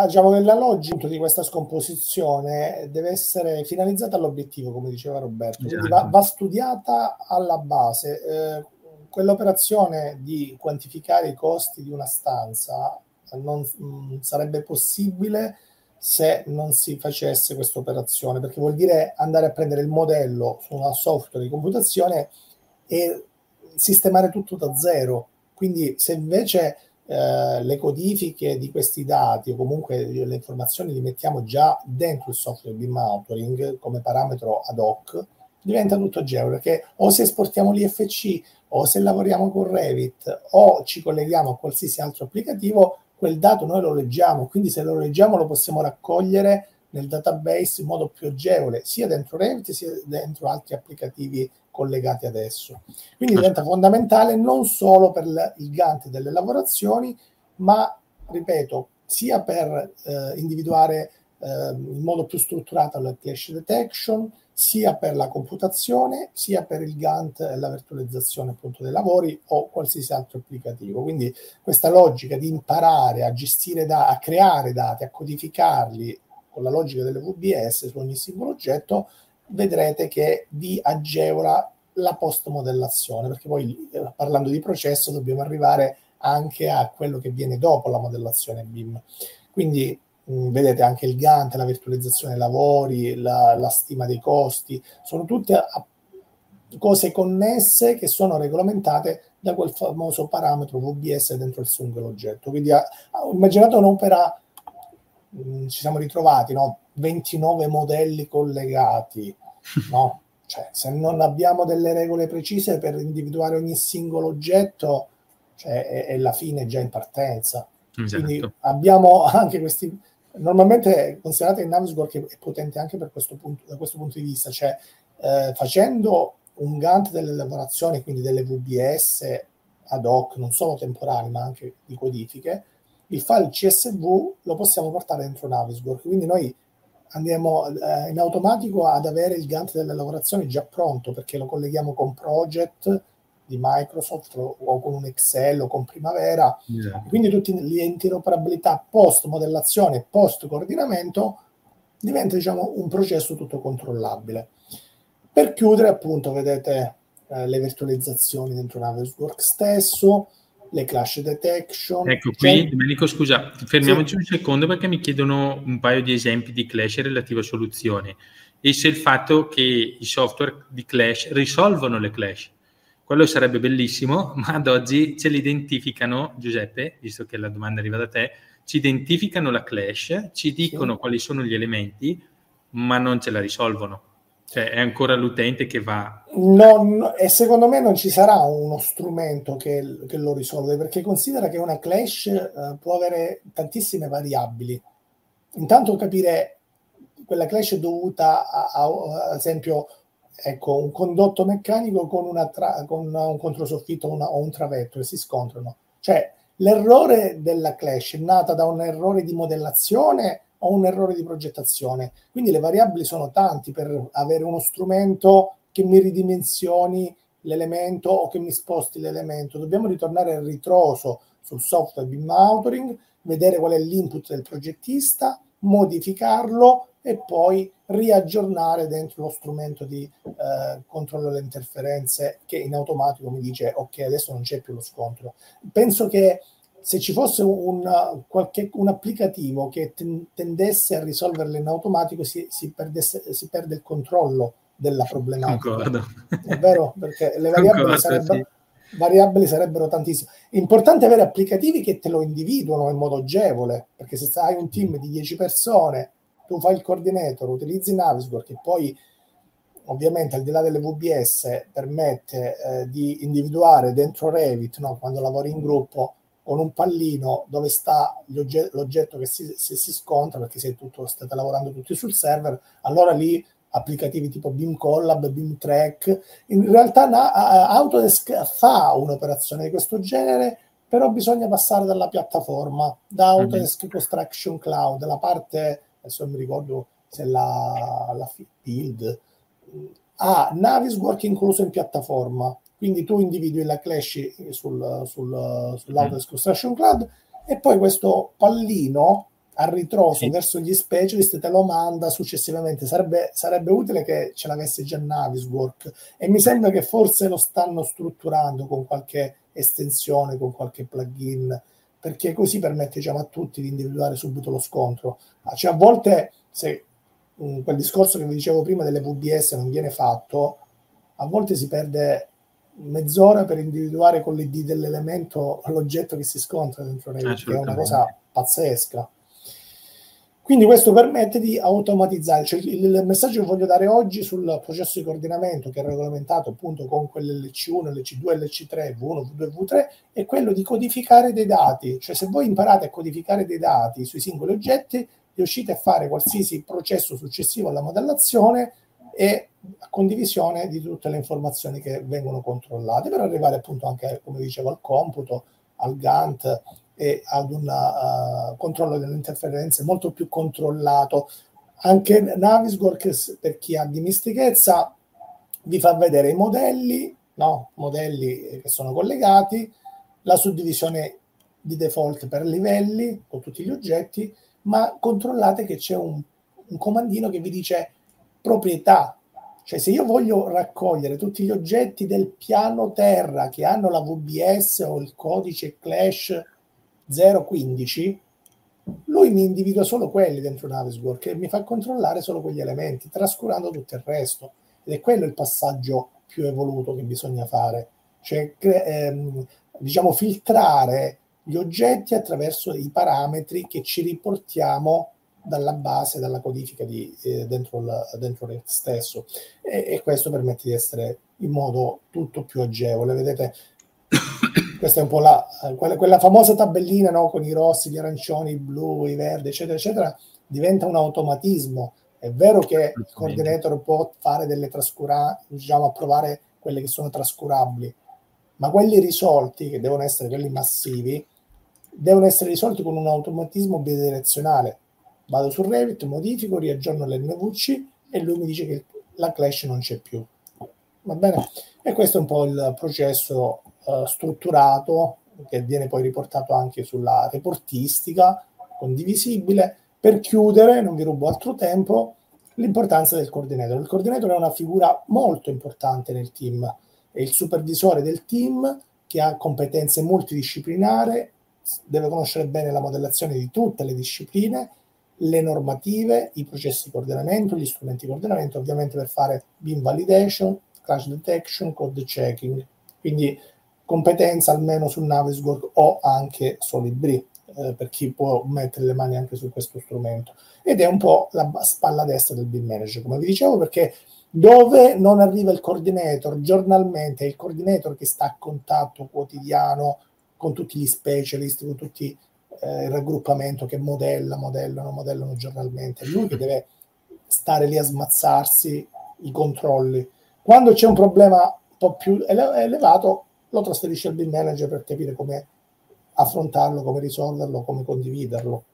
diciamo che la logica di questa scomposizione deve essere finalizzata all'obiettivo, come diceva Roberto, quindi va studiata alla base. Quell'operazione di quantificare i costi di una stanza non sarebbe possibile se non si facesse questa operazione, perché vuol dire andare a prendere il modello su una software di computazione e sistemare tutto da zero. Quindi se invece le codifiche di questi dati o comunque le informazioni li mettiamo già dentro il software BIM Authoring come parametro ad hoc, diventa tutto agevole, perché o se esportiamo l'IFC o se lavoriamo con Revit o ci colleghiamo a qualsiasi altro applicativo, quel dato noi lo leggiamo, quindi se lo leggiamo lo possiamo raccogliere nel database in modo più agevole, sia dentro Revit sia dentro altri applicativi collegati ad esso. Quindi diventa fondamentale non solo per il Gantt delle lavorazioni, ma, ripeto, sia per individuare in modo più strutturato la clash detection, sia per la computazione, sia per il Gantt e la virtualizzazione appunto dei lavori o qualsiasi altro applicativo. Quindi questa logica di imparare a gestire a creare dati, a codificarli con la logica delle VBS su ogni singolo oggetto, vedrete che vi agevola la post-modellazione, perché poi parlando di processo dobbiamo arrivare anche a quello che viene dopo la modellazione BIM. Quindi vedete anche il Gantt, la virtualizzazione dei lavori, la stima dei costi, sono tutte cose connesse che sono regolamentate da quel famoso parametro VBS dentro il singolo oggetto. Quindi immaginate un'opera, ci siamo ritrovati, no? 29 modelli collegati, no? Cioè, se non abbiamo delle regole precise per individuare ogni singolo oggetto, cioè è la fine già in partenza. Esatto. Quindi abbiamo anche questi, normalmente considerate che Navisworks è potente anche per questo punto, da questo punto di vista, cioè facendo un Gantt delle lavorazioni, quindi delle VBS ad hoc, non solo temporali ma anche di codifiche, il file CSV lo possiamo portare dentro Navisworks, quindi noi andiamo in automatico ad avere il Gantt delle lavorazioni già pronto, perché lo colleghiamo con Project di Microsoft o con un Excel o con Primavera. Esatto. Quindi tutte le interoperabilità post modellazione, post coordinamento diventa, diciamo, un processo tutto controllabile. Per chiudere, appunto, vedete le virtualizzazioni dentro Navisworks stesso, le clash detection. Ecco, qui Domenico, scusa, fermiamoci un secondo perché mi chiedono un paio di esempi di clash relativo a soluzioni e se il fatto che i software di clash risolvono le clash. Quello sarebbe bellissimo, ma ad oggi ce l'identificano, Giuseppe, visto che la domanda arriva da te, ci identificano la clash, ci dicono quali sono gli elementi, ma non ce la risolvono. Cioè è ancora l'utente che va... E secondo me non ci sarà uno strumento che lo risolve, perché considera che una clash può avere tantissime variabili. Intanto capire quella clash è dovuta ad esempio, ecco, un condotto meccanico con un controsoffitto o un travetto che si scontrano. Cioè l'errore della clash è nata da un errore di modellazione o un errore di progettazione. Quindi le variabili sono tanti per avere uno strumento che mi ridimensioni l'elemento o che mi sposti l'elemento. Dobbiamo ritornare a ritroso sul software BIM Authoring, vedere qual è l'input del progettista, modificarlo e poi riaggiornare dentro lo strumento di controllo delle interferenze che in automatico mi dice ok, adesso non c'è più lo scontro. Penso che se ci fosse un applicativo che tendesse a risolverle in automatico si perde il controllo della problematica. Concordo. È vero? Perché le variabili sarebbero tantissime. È importante avere applicativi che te lo individuano in modo agevole, perché se hai un team di 10 persone, tu fai il coordinator, utilizzi Navisworks che poi ovviamente al di là delle VBS permette di individuare dentro Revit, no, quando lavori in gruppo, con un pallino dove sta l'oggetto che si scontra, perché state lavorando tutti sul server, allora lì applicativi tipo BIM Collab, BIM Track, in realtà Autodesk fa un'operazione di questo genere, però bisogna passare dalla piattaforma, da Autodesk Construction Cloud, la parte, adesso non mi ricordo se la Build, ha Navisworks incluso in piattaforma. Quindi tu individui la clash sull'Autodesk Construction Cloud e poi questo pallino a ritroso verso gli specialist, te lo manda successivamente. Sarebbe utile che ce l'avesse già Naviswork, e mi sembra che forse lo stanno strutturando con qualche estensione, con qualche plugin, perché così permette, diciamo, a tutti di individuare subito lo scontro. Cioè, a volte, se quel discorso che vi dicevo prima delle VBS non viene fatto, a volte si perde mezz'ora per individuare con l'ID dell'elemento l'oggetto che si scontra dentro Revit, che è una cosa pazzesca. Quindi questo permette di automatizzare, cioè il messaggio che voglio dare oggi sul processo di coordinamento, che è regolamentato appunto con quell'LC1, LC2, LC3, V1, V2, V3, è quello di codificare dei dati. Cioè, se voi imparate a codificare dei dati sui singoli oggetti, riuscite a fare qualsiasi processo successivo alla modellazione e a condivisione di tutte le informazioni che vengono controllate, per arrivare appunto anche, come dicevo, al computo, al Gantt, e ad un controllo delle interferenze molto più controllato. Anche Navisworks, per chi ha dimestichezza, vi fa vedere i modelli, no? Modelli che sono collegati, la suddivisione di default per livelli con tutti gli oggetti, ma controllate che c'è un comandino che vi dice proprietà. Cioè, se io voglio raccogliere tutti gli oggetti del piano terra che hanno la VBS o il codice Clash 015, lui mi individua solo quelli dentro Naviswork e mi fa controllare solo quegli elementi, trascurando tutto il resto. Ed è quello il passaggio più evoluto che bisogna fare, cioè diciamo filtrare gli oggetti attraverso i parametri che ci riportiamo dalla base, dalla codifica dentro Revit stesso, e questo permette di essere in modo tutto più agevole. Vedete, questa è un po' quella famosa tabellina, no? Con i rossi, gli arancioni, i blu, i verdi, eccetera, eccetera, diventa un automatismo. È vero che il coordinator può fare delle diciamo, approvare quelle che sono trascurabili, ma quelli risolti, che devono essere quelli massivi, devono essere risolti con un automatismo bidirezionale. Vado su Revit, modifico, riaggiorno l'NVC e lui mi dice che la clash non c'è più. Va bene? E questo è un po' il processo strutturato, che viene poi riportato anche sulla reportistica condivisibile. Per chiudere, non vi rubo altro tempo, l'importanza del coordinator. Il coordinator è una figura molto importante nel team, è il supervisore del team che ha competenze multidisciplinari, deve conoscere bene la modellazione di tutte le discipline, le normative, i processi di coordinamento, gli strumenti di coordinamento, ovviamente per fare BIM validation, crash detection, code checking. Quindi competenza almeno su Naviswork o anche Solibri, per chi può mettere le mani anche su questo strumento. Ed è un po' la spalla destra del BIM manager, come vi dicevo, perché dove non arriva il coordinator giornalmente, è il coordinator che sta a contatto quotidiano con tutti gli specialist, con tutti il raggruppamento che modellano giornalmente. È lui che deve stare lì a smazzarsi i controlli. Quando c'è un problema un po' più elevato, lo trasferisce al BIM manager per capire come affrontarlo, come risolverlo, come condividerlo.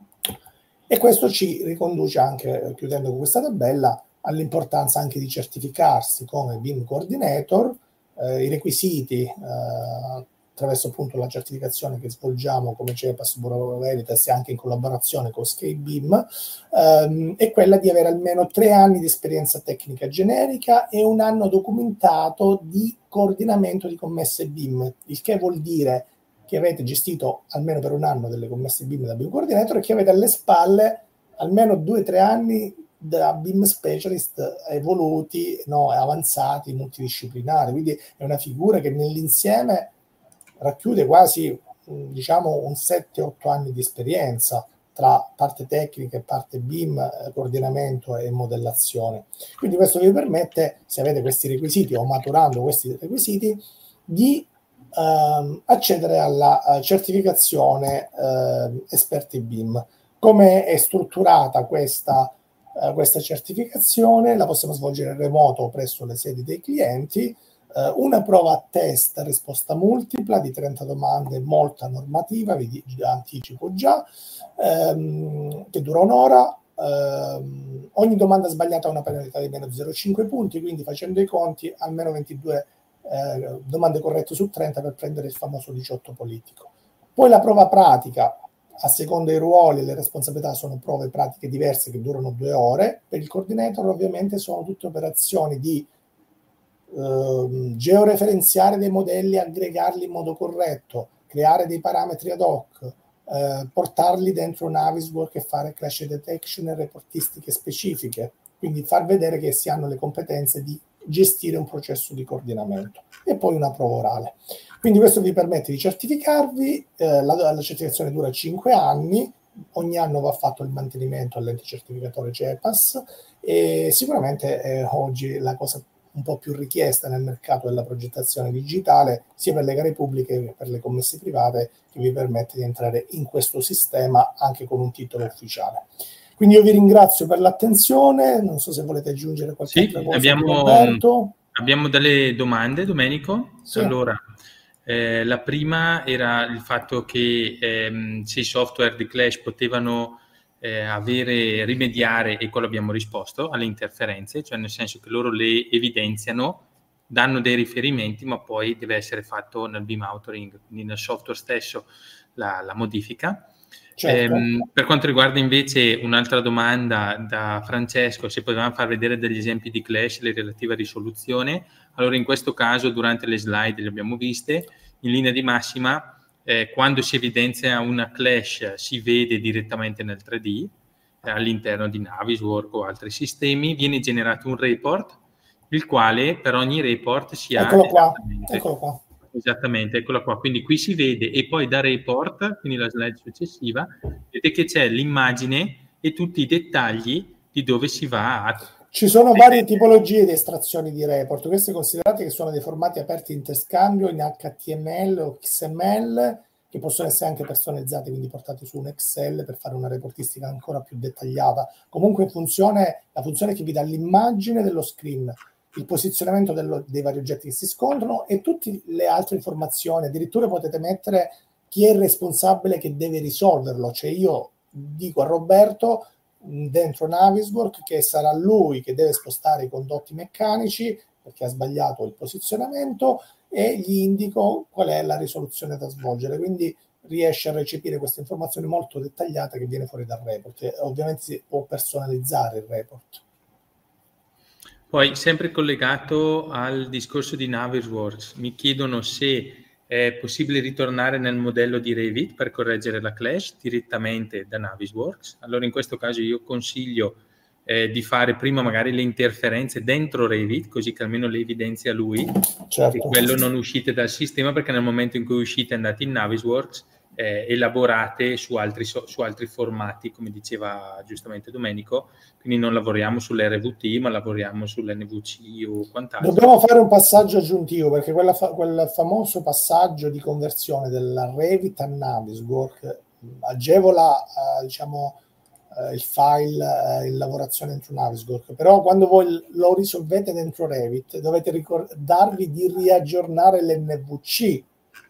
E questo ci riconduce anche, chiudendo con questa tabella, all'importanza anche di certificarsi come BIM coordinator, i requisiti attraverso appunto la certificazione che svolgiamo come CEPAS, Bureau Veritas e anche in collaborazione con Scale BIM, è quella di avere almeno 3 anni di esperienza tecnica generica e 1 anno documentato di coordinamento di commesse BIM, il che vuol dire che avete gestito almeno per 1 anno delle commesse BIM da BIM coordinator e che avete alle spalle almeno 2-3 anni da BIM specialist evoluti, no, avanzati, multidisciplinari. Quindi è una figura che nell'insieme racchiude quasi, diciamo, un 7-8 anni di esperienza tra parte tecnica e parte BIM, coordinamento e modellazione. Quindi questo vi permette, se avete questi requisiti o maturando questi requisiti, di accedere alla certificazione esperti BIM. Come è strutturata questa certificazione? La possiamo svolgere in remoto presso le sedi dei clienti. Una prova a test a risposta multipla di 30 domande, molta normativa, vi anticipo già, che dura 1 ora. Ogni domanda sbagliata ha una penalità di meno 0,5 punti, quindi facendo i conti almeno 22 domande corrette su 30 per prendere il famoso 18 politico. Poi la prova pratica a seconda dei ruoli e le responsabilità sono prove pratiche diverse che durano 2 ore. Per il coordinator ovviamente sono tutte operazioni di georeferenziare dei modelli, aggregarli in modo corretto, creare dei parametri ad hoc, portarli dentro Navisworks e fare clash detection e reportistiche specifiche, quindi far vedere che si hanno le competenze di gestire un processo di coordinamento, e poi una prova orale. Quindi questo vi permette di certificarvi, la certificazione dura 5 anni, ogni anno va fatto il mantenimento all'ente certificatore CEPAS, e sicuramente oggi la cosa un po' più richiesta nel mercato della progettazione digitale, sia per le gare pubbliche che per le commesse private, che vi permette di entrare in questo sistema anche con un titolo ufficiale. Quindi io vi ringrazio per l'attenzione, non so se volete aggiungere qualche altra cosa. Abbiamo delle domande, Domenico. Sì. Allora, la prima era il fatto che se i software di Clash potevano rimediare, e quello abbiamo risposto, alle interferenze, cioè nel senso che loro le evidenziano, danno dei riferimenti, ma poi deve essere fatto nel beam authoring, quindi nel software stesso la modifica. Certo. Per quanto riguarda invece un'altra domanda da Francesco, se potevamo far vedere degli esempi di Clash, le relative risoluzione. Allora, in questo caso durante le slide le abbiamo viste, in linea di massima quando si evidenzia una Clash si vede direttamente nel 3D all'interno di Navisworks o altri sistemi, viene generato un report, il quale per ogni report si ha Eccolo qua. Esattamente, eccola qua. Quindi qui si vede, e poi da report, quindi la slide successiva, vedete che c'è l'immagine e tutti i dettagli di dove si va a... Ci sono varie tipologie di estrazioni di report. Queste considerate che sono dei formati aperti in interscambio in HTML o XML, che possono essere anche personalizzati, quindi portati su un Excel per fare una reportistica ancora più dettagliata. Comunque la funzione che vi dà l'immagine dello screen, il posizionamento dei vari oggetti che si scontrano e tutte le altre informazioni. Addirittura potete mettere chi è il responsabile che deve risolverlo. Cioè io dico a Roberto dentro Navisworks che sarà lui che deve spostare i condotti meccanici perché ha sbagliato il posizionamento, e gli indico qual è la risoluzione da svolgere. Quindi riesce a recepire questa informazione molto dettagliata che viene fuori dal report, e ovviamente si può personalizzare il report. Poi, sempre collegato al discorso di Navisworks, mi chiedono se è possibile ritornare nel modello di Revit per correggere la clash direttamente da Navisworks. Allora, in questo caso io consiglio di fare prima magari le interferenze dentro Revit, così che almeno le evidenzia lui, certo. E quello non uscite dal sistema, perché nel momento in cui uscite e andate in Navisworks, elaborate su altri formati, come diceva giustamente Domenico, quindi non lavoriamo sull'RVT ma lavoriamo sull'NVC o quant'altro. Dobbiamo fare un passaggio aggiuntivo, perché quel famoso passaggio di conversione della Revit a Navisworks agevola il file in lavorazione dentro Navisworks, però quando voi lo risolvete dentro Revit dovete ricordarvi di riaggiornare l'NVC.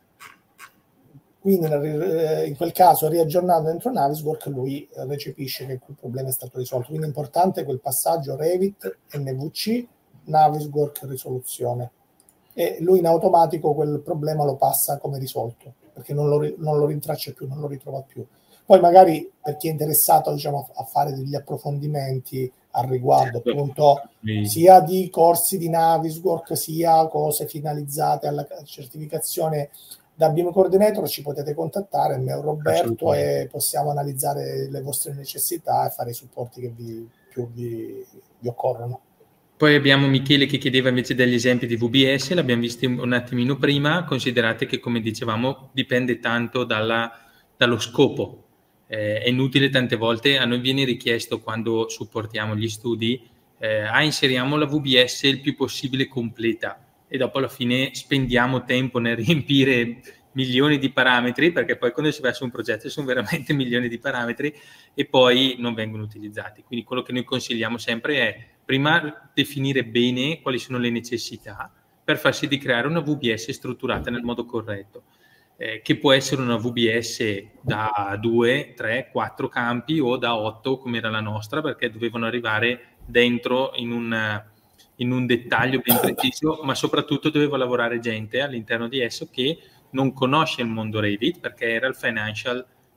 Quindi in quel caso, riaggiornando dentro Navisworks, lui recepisce che quel problema è stato risolto. Quindi è importante quel passaggio Revit, NVC, Navisworks, risoluzione. E lui in automatico quel problema lo passa come risolto, perché non lo rintraccia più, non lo ritrova più. Poi magari per chi è interessato a fare degli approfondimenti al riguardo, appunto, sia di corsi di Navisworks, sia cose finalizzate alla certificazione da BIM Coordinator, ci potete contattare, me o Roberto, e possiamo analizzare le vostre necessità e fare i supporti che vi occorrono. Poi abbiamo Michele che chiedeva invece degli esempi di VBS, l'abbiamo visti un attimino prima. Considerate che, come dicevamo, dipende tanto dallo scopo. È inutile, tante volte a noi viene richiesto, quando supportiamo gli studi, inseriamo la VBS il più possibile completa, e dopo alla fine spendiamo tempo nel riempire milioni di parametri, perché poi quando si va su un progetto sono veramente milioni di parametri e poi non vengono utilizzati. Quindi quello che noi consigliamo sempre è prima definire bene quali sono le necessità per far sì di creare una VBS strutturata nel modo corretto, che può essere una VBS da 2, 3, 4 campi o da 8 come era la nostra, perché dovevano arrivare dentro in un dettaglio ben preciso, ma soprattutto doveva lavorare gente all'interno di esso che non conosce il mondo Revit, perché era il financial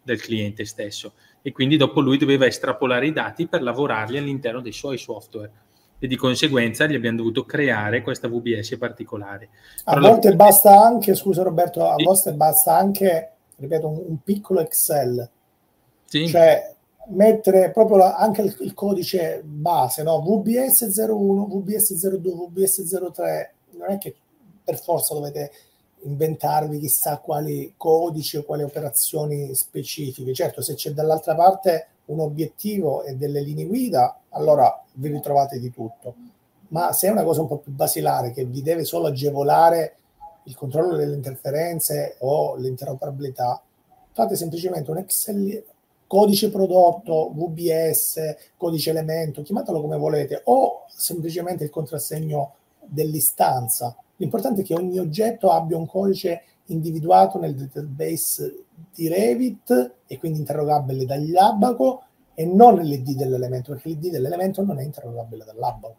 del cliente stesso, e quindi dopo lui doveva estrapolare i dati per lavorarli all'interno dei suoi software, e di conseguenza gli abbiamo dovuto creare questa VBS particolare. A volte basta anche, scusa Roberto, a volte basta anche, ripeto, un piccolo Excel, cioè mettere proprio anche il codice base, no? VBS 01, VBS 02, VBS 03, non è che per forza dovete inventarvi chissà quali codici o quali operazioni specifiche. Certo, se c'è dall'altra parte un obiettivo e delle linee guida, allora vi ritrovate di tutto. Ma se è una cosa un po' più basilare che vi deve solo agevolare il controllo delle interferenze o l'interoperabilità, fate semplicemente un Excel, codice prodotto, VBS, codice elemento, chiamatelo come volete, o semplicemente il contrassegno dell'istanza. L'importante è che ogni oggetto abbia un codice individuato nel database di Revit e quindi interrogabile dall'Abaco, e non l'ID dell'elemento, perché l'ID dell'elemento non è interrogabile dall'Abaco.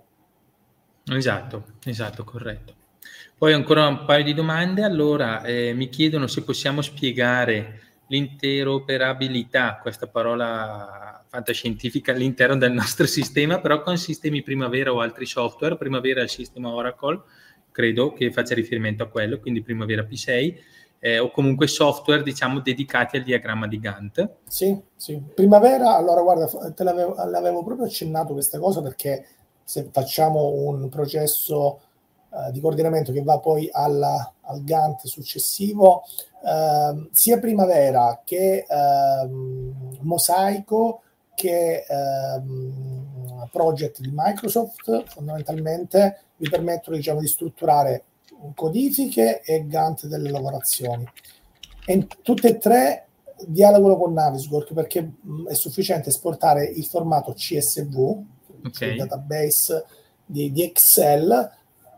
Esatto, corretto. Poi ancora un paio di domande. Allora, mi chiedono se possiamo spiegare l'interoperabilità, questa parola fantascientifica, all'interno del nostro sistema, però con sistemi Primavera o altri software. Primavera è il sistema Oracle, credo che faccia riferimento a quello, quindi Primavera P6, o comunque software, diciamo, dedicati al diagramma di Gantt. Sì. Primavera, allora guarda, l'avevo proprio accennato questa cosa, perché se facciamo un processo di coordinamento che va poi al Gantt successivo, sia Primavera che Mosaico che Project di Microsoft fondamentalmente vi permettono, diciamo, di strutturare codifiche e Gantt delle lavorazioni, e tutte e tre dialogano con Navisworks, perché è sufficiente esportare il formato CSV, il database di Excel,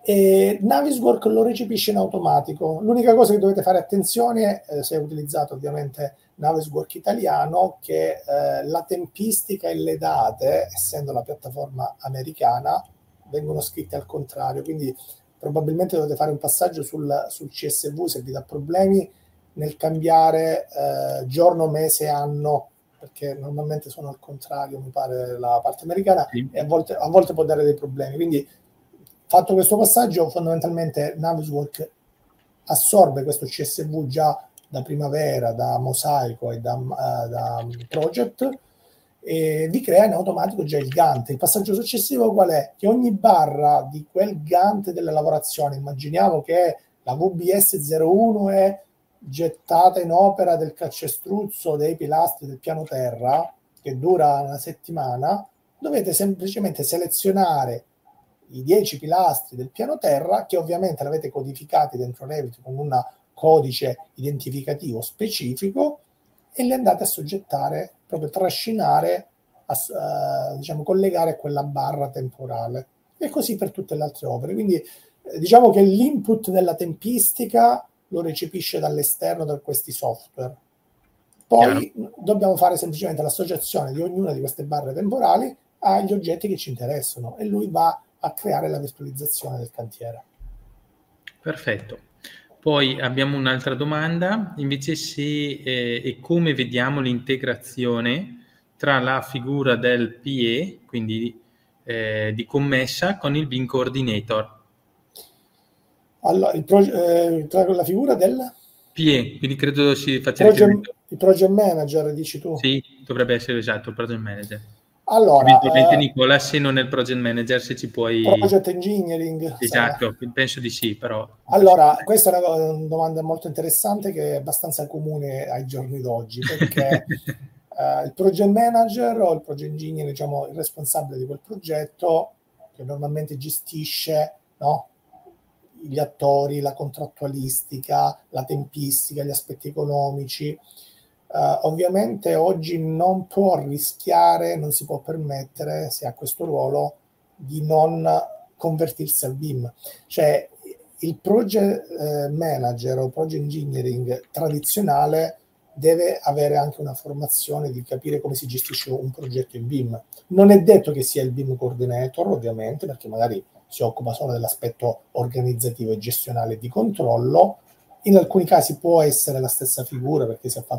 e Navisworks lo recepisce in automatico. L'unica cosa che dovete fare attenzione, se utilizzate ovviamente Navisworks italiano, che la tempistica e le date, essendo la piattaforma americana, vengono scritte al contrario, quindi probabilmente dovete fare un passaggio sul CSV se vi dà problemi nel cambiare giorno, mese, anno, perché normalmente sono al contrario, mi pare, la parte americana, e a volte può dare dei problemi. Quindi, fatto questo passaggio, fondamentalmente Navisworks assorbe questo CSV già da Primavera, da Mosaico e da Project, e vi crea in automatico già il Gantt. Il passaggio successivo qual è? Che ogni barra di quel Gantt delle lavorazioni, immaginiamo che la VBS 01 è gettata in opera del calcestruzzo dei pilastri del piano terra, che dura una settimana, dovete semplicemente selezionare i 10 pilastri del piano terra, che ovviamente l'avete codificati dentro Revit con un codice identificativo specifico, e li andate a soggettare, proprio trascinare, diciamo, collegare a quella barra temporale, e così per tutte le altre opere. Quindi diciamo che l'input della tempistica lo recepisce dall'esterno, da questi software. Poi dobbiamo fare semplicemente l'associazione di ognuna di queste barre temporali agli oggetti che ci interessano, e lui va a creare la virtualizzazione del cantiere. Perfetto. Poi abbiamo un'altra domanda, invece, se e come vediamo l'integrazione tra la figura del PE, quindi di commessa, con il BIM Coordinator. Allora, tra la figura del PE, quindi credo si faccia il project manager, dici tu? Sì, dovrebbe essere esatto, il project manager. Allora, eventualmente Nicola, se non è il project manager, se ci puoi... Project engineering. Esatto, penso di sì, però... Allora, questa è una domanda molto interessante, che è abbastanza comune ai giorni d'oggi, perché il project manager o il project engineer, diciamo, il responsabile di quel progetto, che normalmente gestisce, no, gli attori, la contrattualistica, la tempistica, gli aspetti economici. Ovviamente oggi non può rischiare, non si può permettere, se ha questo ruolo, di non convertirsi al BIM. Cioè, il project manager o project engineering tradizionale deve avere anche una formazione di capire come si gestisce un progetto in BIM. Non è detto che sia il BIM coordinator, ovviamente, perché magari si occupa solo dell'aspetto organizzativo e gestionale di controllo. In alcuni casi può essere la stessa figura, perché si è fatto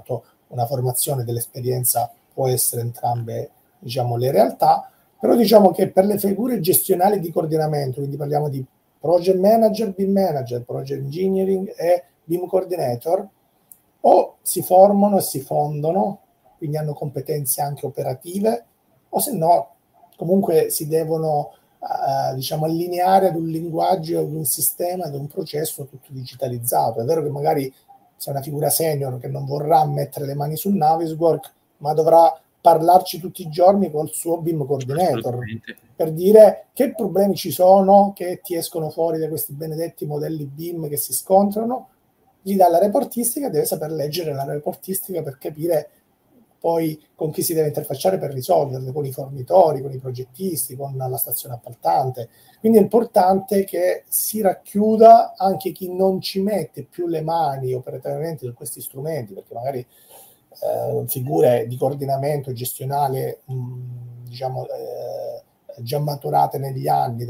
una formazione dell'esperienza può essere entrambe, diciamo, le realtà, però diciamo che per le figure gestionali di coordinamento, quindi parliamo di project manager, BIM manager, project engineering e BIM coordinator, o si formano e si fondono, quindi hanno competenze anche operative, o se no comunque si devono diciamo allineare ad un linguaggio, ad un sistema, ad un processo tutto digitalizzato. È vero che magari c'è una figura senior che non vorrà mettere le mani su Naviswork, ma dovrà parlarci tutti i giorni col suo BIM coordinator per dire che problemi ci sono, che ti escono fuori da questi benedetti modelli BIM che si scontrano. Gli dà la reportistica, deve saper leggere la reportistica per capire poi con chi si deve interfacciare per risolverle, con i fornitori, con i progettisti, con la stazione appaltante. Quindi è importante che si racchiuda anche chi non ci mette più le mani operativamente su questi strumenti, perché magari figure di coordinamento gestionale diciamo già maturate negli anni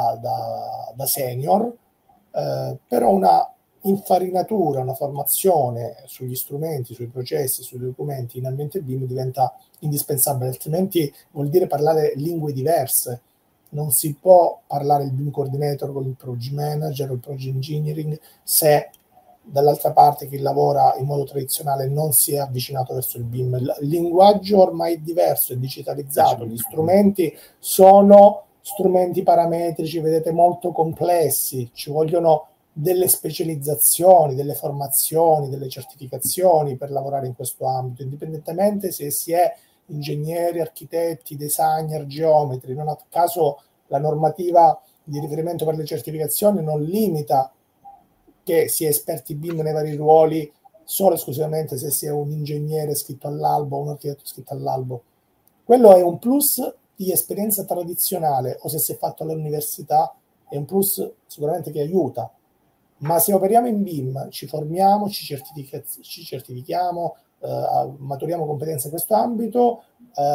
da senior, però una infarinatura, una formazione sugli strumenti, sui processi, sui documenti in ambiente BIM diventa indispensabile, altrimenti vuol dire parlare lingue diverse. Non si può parlare il BIM coordinator con il project manager o il project engineering se dall'altra parte chi lavora in modo tradizionale non si è avvicinato verso il BIM. Il linguaggio ormai è diverso, è digitalizzato, gli strumenti sono strumenti parametrici, vedete, molto complessi, ci vogliono delle specializzazioni, delle formazioni, delle certificazioni per lavorare in questo ambito, indipendentemente se si è ingegneri, architetti, designer, geometri. Non a caso la normativa di riferimento per le certificazioni non limita che si è esperti BIM nei vari ruoli solo e esclusivamente se si è un ingegnere scritto all'albo o un architetto scritto all'albo. Quello è un plus di esperienza tradizionale, o se si è fatto all'università è un plus sicuramente che aiuta. Ma se operiamo in BIM, ci formiamo, ci certifichiamo, maturiamo competenze in questo ambito,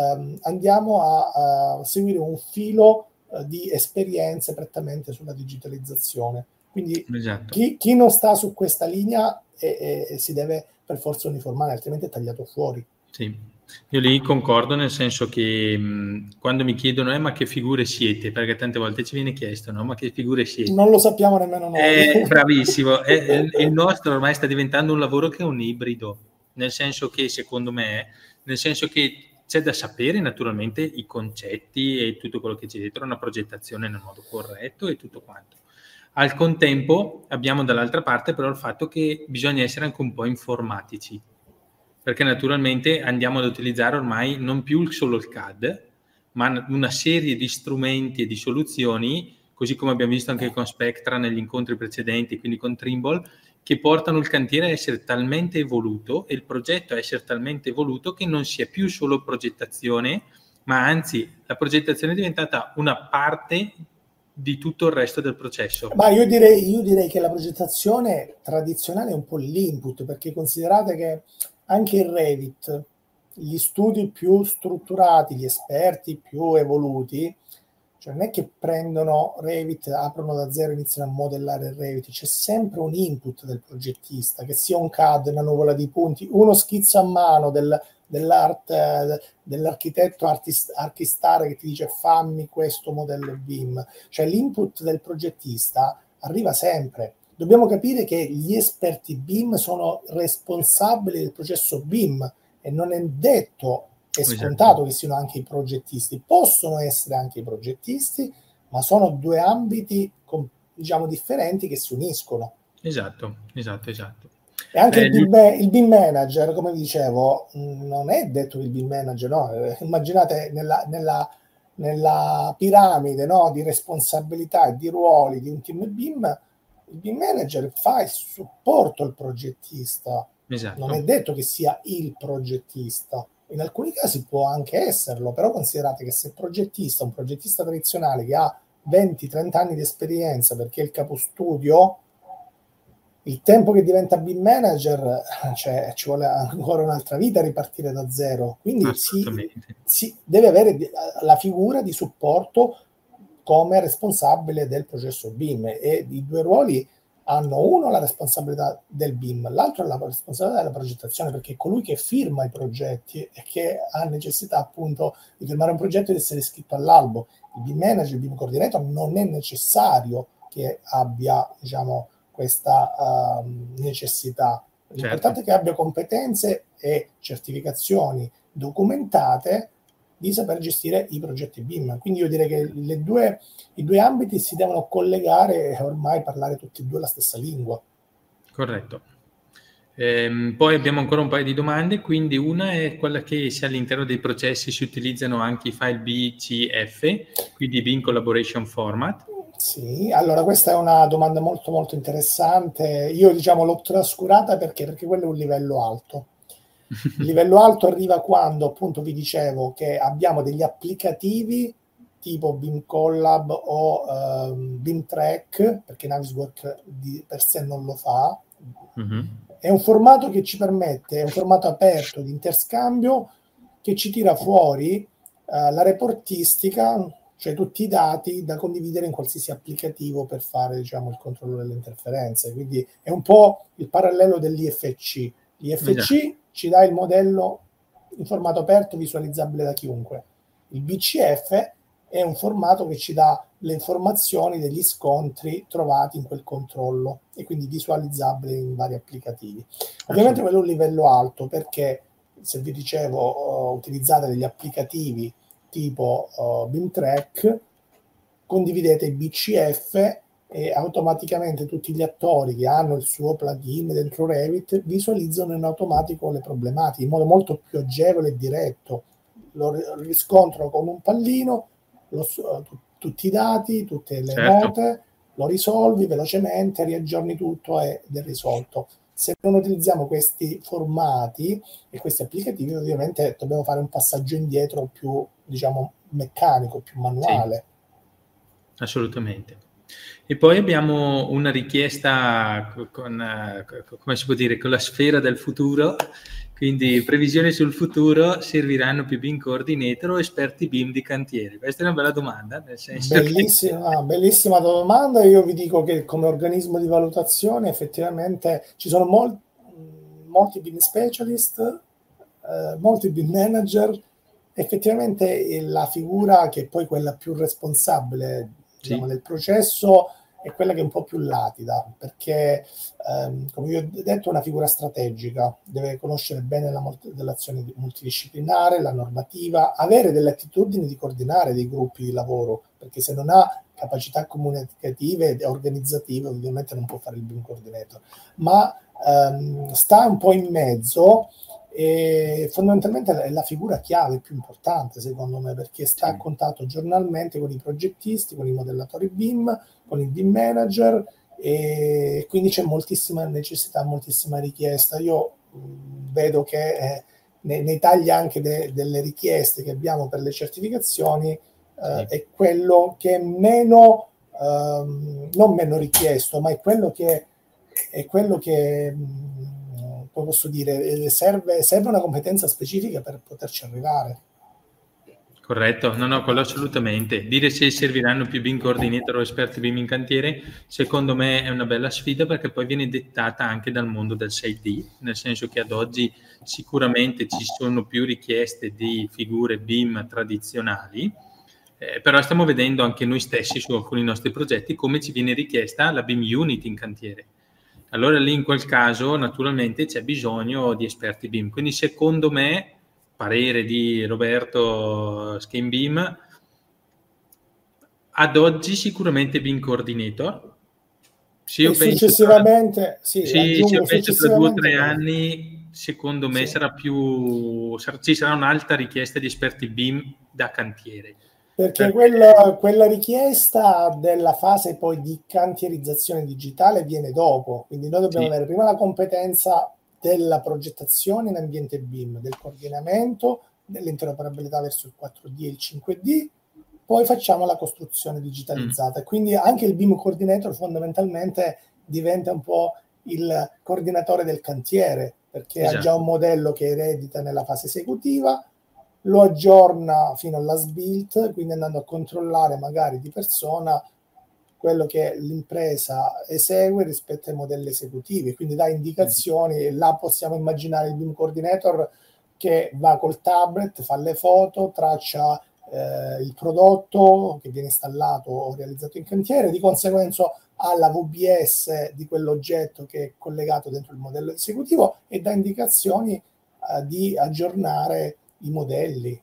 andiamo a seguire un filo di esperienze prettamente sulla digitalizzazione. Quindi esatto. chi non sta su questa linea si deve per forza uniformare, altrimenti è tagliato fuori. Sì. Io lì concordo, nel senso che quando mi chiedono ma che figure siete, perché tante volte ci viene chiesto, no? Ma che figure siete? Non lo sappiamo nemmeno noi. Bravissimo, il nostro ormai sta diventando un lavoro che è un ibrido, nel senso che secondo me, nel senso che c'è da sapere naturalmente i concetti e tutto quello che c'è dietro una progettazione nel modo corretto e tutto quanto. Al contempo abbiamo dall'altra parte però il fatto che bisogna essere anche un po' informatici, perché naturalmente andiamo ad utilizzare ormai non più solo il CAD, ma una serie di strumenti e di soluzioni, così come abbiamo visto anche con Spectra negli incontri precedenti, quindi con Trimble, che portano il cantiere a essere talmente evoluto e il progetto a essere talmente evoluto che non sia più solo progettazione, ma anzi la progettazione è diventata una parte di tutto il resto del processo. Ma io direi che la progettazione tradizionale è un po' l'input, perché considerate che anche in Revit gli studi più strutturati, gli esperti più evoluti, cioè non è che prendono Revit, aprono da zero e iniziano a modellare il Revit, c'è sempre un input del progettista, che sia un CAD, una nuvola di punti, uno schizzo a mano dell'architetto Archistar che ti dice fammi questo modello BIM, cioè l'input del progettista arriva sempre. Dobbiamo capire che gli esperti BIM sono responsabili del processo BIM e non è detto, è scontato che siano anche i progettisti. Possono essere anche i progettisti, ma sono due ambiti, diciamo, differenti che si uniscono. Esatto. E anche il BIM manager, come vi dicevo, non è detto che il BIM manager, no? Immaginate nella piramide, no, di responsabilità e di ruoli di un team BIM, il BIM manager fa il supporto al progettista. Esatto. Non è detto che sia il progettista. In alcuni casi può anche esserlo, però considerate che se un progettista tradizionale che ha 20-30 anni di esperienza perché è il capostudio, il tempo che diventa BIM manager, cioè ci vuole ancora un'altra vita a ripartire da zero, quindi si deve avere la figura di supporto come responsabile del processo BIM, e i due ruoli hanno uno la responsabilità del BIM, l'altro la responsabilità della progettazione, perché colui che firma i progetti e che ha necessità appunto di firmare un progetto e di essere iscritto all'albo. Il BIM manager, il BIM coordinator non è necessario che abbia, diciamo, questa necessità. L'importante è che abbia competenze e certificazioni documentate di saper gestire i progetti BIM. Quindi io direi che i due ambiti si devono collegare e ormai parlare tutti e due la stessa lingua. Corretto. Poi abbiamo ancora un paio di domande, quindi una è quella che se all'interno dei processi si utilizzano anche i file BCF, quindi BIM Collaboration Format. Sì, allora questa è una domanda molto molto interessante. Io diciamo l'ho trascurata perché quello è un livello alto. Il livello alto arriva quando appunto vi dicevo che abbiamo degli applicativi tipo BIM Collab o BIM Track, perché Navisworks per sé non lo fa. È un formato che ci permette, è un formato aperto di interscambio che ci tira fuori la reportistica, cioè tutti i dati da condividere in qualsiasi applicativo per fare, diciamo, il controllo delle interferenze. Quindi è un po' il parallelo dell'IFC. L'IFC ci dà il modello in formato aperto visualizzabile da chiunque. Il BCF è un formato che ci dà le informazioni degli scontri trovati in quel controllo e quindi visualizzabile in vari applicativi. Ovviamente quello è un livello alto perché, se vi dicevo, utilizzate degli applicativi tipo BIM Track, condividete il BCF e automaticamente tutti gli attori che hanno il suo plugin dentro Revit visualizzano in automatico le problematiche in modo molto più agevole e diretto. Lo riscontrano con un pallino, tutti i dati, tutte le note, lo risolvi velocemente, riaggiorni tutto ed è risolto. Se non utilizziamo questi formati e questi applicativi, ovviamente dobbiamo fare un passaggio indietro più, diciamo, meccanico, più manuale. Sì, assolutamente. E poi abbiamo una richiesta con, come si può dire, con la sfera del futuro, quindi previsioni sul futuro: serviranno più BIM coordinator o esperti BIM di cantiere? Questa è una bella domanda, nel senso bellissima domanda. Io vi dico che come organismo di valutazione effettivamente ci sono molti BIM specialist, molti BIM manager. Effettivamente la figura che è poi quella più responsabile, diciamo, del processo è quella che è un po' più latida, perché come vi ho detto è una figura strategica, deve conoscere bene la modellazione multidisciplinare, la normativa, avere delle attitudini di coordinare dei gruppi di lavoro, perché se non ha capacità comunicative e organizzative ovviamente non può fare il BIM coordinator, ma sta un po' in mezzo. E fondamentalmente è la figura chiave più importante secondo me, perché sta a contatto giornalmente con i progettisti, con i modellatori BIM, con il BIM manager, e quindi c'è moltissima necessità, moltissima richiesta. Io vedo che nei tagli anche delle richieste che abbiamo per le certificazioni è quello che è meno non meno richiesto, ma è quello che come posso dire, serve una competenza specifica per poterci arrivare. Corretto, no, quello assolutamente. Dire se serviranno più BIM coordinator o esperti BIM in cantiere, secondo me è una bella sfida, perché poi viene dettata anche dal mondo del 6D, nel senso che ad oggi sicuramente ci sono più richieste di figure BIM tradizionali, però stiamo vedendo anche noi stessi su alcuni nostri progetti come ci viene richiesta la BIM Unit in cantiere. Allora lì in quel caso naturalmente c'è bisogno di esperti BIM, quindi secondo me, parere di Roberto ScaneBIM, ad oggi sicuramente BIM Coordinator. Sì, io successivamente penso tra 2 o 3 anni secondo me ci sarà un'alta richiesta di esperti BIM da cantiere, perché quella richiesta della fase poi di cantierizzazione digitale viene dopo, quindi noi dobbiamo avere prima la competenza della progettazione in ambiente BIM, del coordinamento, dell'interoperabilità verso il 4D e il 5D, poi facciamo la costruzione digitalizzata. Quindi anche il BIM coordinator fondamentalmente diventa un po' il coordinatore del cantiere, perché ha già un modello che eredita nella fase esecutiva, lo aggiorna fino alla sbuild, quindi andando a controllare magari di persona quello che l'impresa esegue rispetto ai modelli esecutivi, quindi dà indicazioni. Là possiamo immaginare il BIM coordinator che va col tablet, fa le foto, traccia il prodotto che viene installato o realizzato in cantiere, di conseguenza alla VBS di quell'oggetto che è collegato dentro il modello esecutivo e dà indicazioni di aggiornare i modelli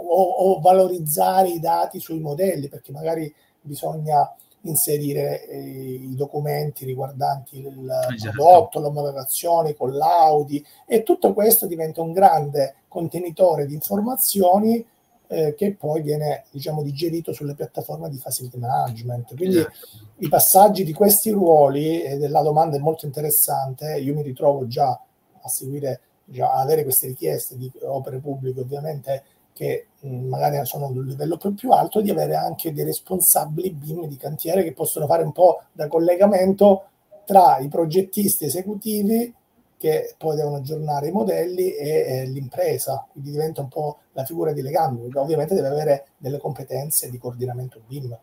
o valorizzare i dati sui modelli, perché magari bisogna inserire i documenti riguardanti il prodotto, l'omologazione con l'Audi, e tutto questo diventa un grande contenitore di informazioni che poi viene, diciamo, digerito sulle piattaforme di facility management. Quindi i passaggi di questi ruoli, la domanda è molto interessante. Io mi ritrovo già a seguire, già a avere queste richieste di opere pubbliche, ovviamente, che magari sono ad un livello più alto, di avere anche dei responsabili BIM di cantiere che possono fare un po' da collegamento tra i progettisti esecutivi che poi devono aggiornare i modelli e l'impresa, quindi diventa un po' la figura di legame. Ovviamente deve avere delle competenze di coordinamento BIM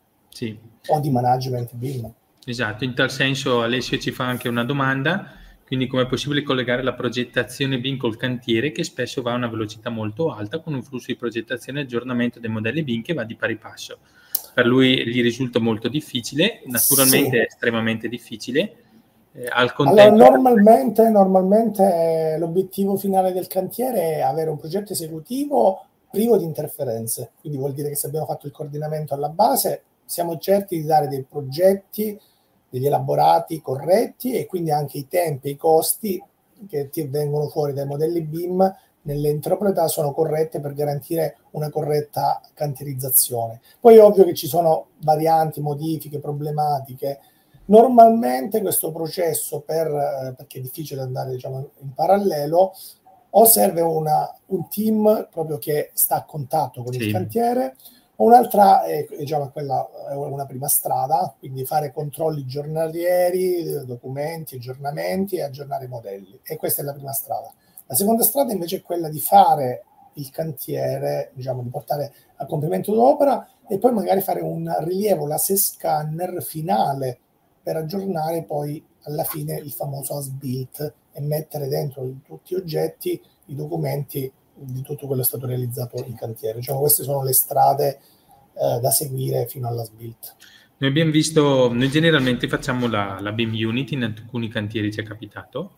o di management BIM. Esatto, in tal senso Alessio ci fa anche una domanda, quindi come è possibile collegare la progettazione BIM col cantiere, che spesso va a una velocità molto alta, con un flusso di progettazione e aggiornamento dei modelli BIM che va di pari passo. Per lui gli risulta molto difficile, naturalmente è estremamente difficile. Al contempo... Allora, normalmente l'obiettivo finale del cantiere è avere un progetto esecutivo privo di interferenze, quindi vuol dire che se abbiamo fatto il coordinamento alla base siamo certi di dare dei progetti, degli elaborati corretti, e quindi anche i tempi e i costi che vengono fuori dai modelli BIM nelle proprietà sono corrette per garantire una corretta cantierizzazione. Poi è ovvio che ci sono varianti, modifiche, problematiche. Normalmente questo processo, perché è difficile andare, diciamo, in parallelo, o serve un team proprio che sta a contatto con il cantiere, o un'altra diciamo, quella è una prima strada, quindi fare controlli giornalieri, documenti, aggiornamenti e aggiornare i modelli. E questa è la prima strada. La seconda strada invece è quella di fare il cantiere, diciamo, di portare a compimento d'opera e poi magari fare un rilievo, l'ASE scanner finale, per aggiornare poi alla fine il famoso as-built e mettere dentro tutti gli oggetti, i documenti di tutto quello che è stato realizzato in cantiere. Diciamo, queste sono le strade da seguire fino all'as-built. Noi abbiamo visto, noi generalmente facciamo la BIM Unity, in alcuni cantieri ci è capitato,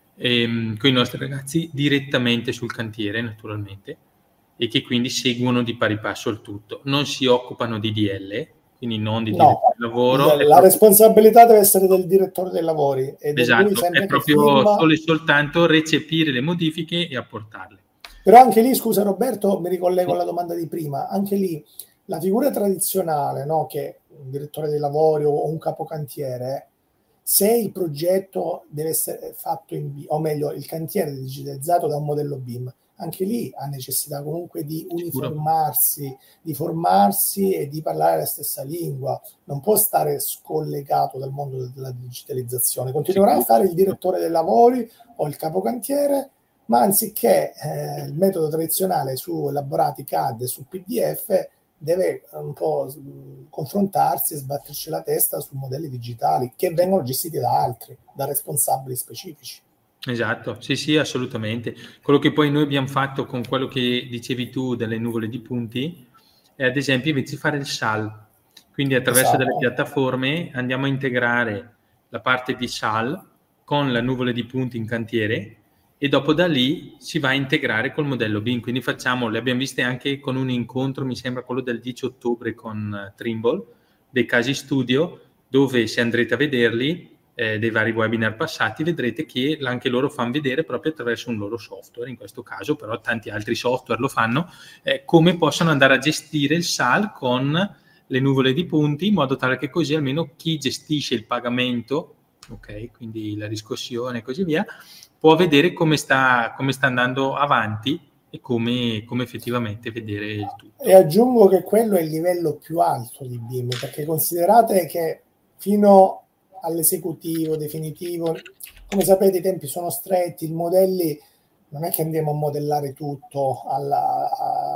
con i nostri ragazzi direttamente sul cantiere, naturalmente, e che quindi seguono di pari passo il tutto. Non si occupano di DL, quindi non di direttore del lavoro. La responsabilità deve essere del direttore dei lavori. Ed esatto, è proprio solo e soltanto recepire le modifiche e apportarle. Però anche lì, scusa Roberto, mi ricollego alla domanda di prima, anche lì la figura tradizionale, no, che un direttore dei lavori o un capocantiere, se il progetto deve essere fatto in BIM, o meglio, il cantiere è digitalizzato da un modello BIM, anche lì ha necessità comunque di uniformarsi, di formarsi e di parlare la stessa lingua. Non può stare scollegato dal mondo della digitalizzazione. Continuerà a fare il direttore dei lavori o il capocantiere, ma anziché il metodo tradizionale su elaborati CAD e su PDF, deve un po' confrontarsi e sbatterci la testa su modelli digitali che vengono gestiti da altri, da responsabili specifici. Esatto, sì, assolutamente. Quello che poi noi abbiamo fatto con quello che dicevi tu delle nuvole di punti è, ad esempio, invece di fare il SAL, quindi attraverso delle piattaforme andiamo a integrare la parte di SAL con la nuvole di punti in cantiere, e dopo da lì si va a integrare col modello BIM. Quindi le abbiamo viste anche con un incontro, mi sembra quello del 10 ottobre con Trimble, dei casi studio, dove se andrete a vederli, dei vari webinar passati, vedrete che anche loro fanno vedere proprio attraverso un loro software, in questo caso però tanti altri software lo fanno, come possono andare a gestire il SAL con le nuvole di punti, in modo tale che così almeno chi gestisce il pagamento, ok, quindi la riscossione e così via, può vedere come sta andando avanti e come effettivamente vedere il tutto. E aggiungo che quello è il livello più alto di BIM, perché considerate che fino all'esecutivo definitivo, come sapete, i tempi sono stretti, i modelli non è che andiamo a modellare tutto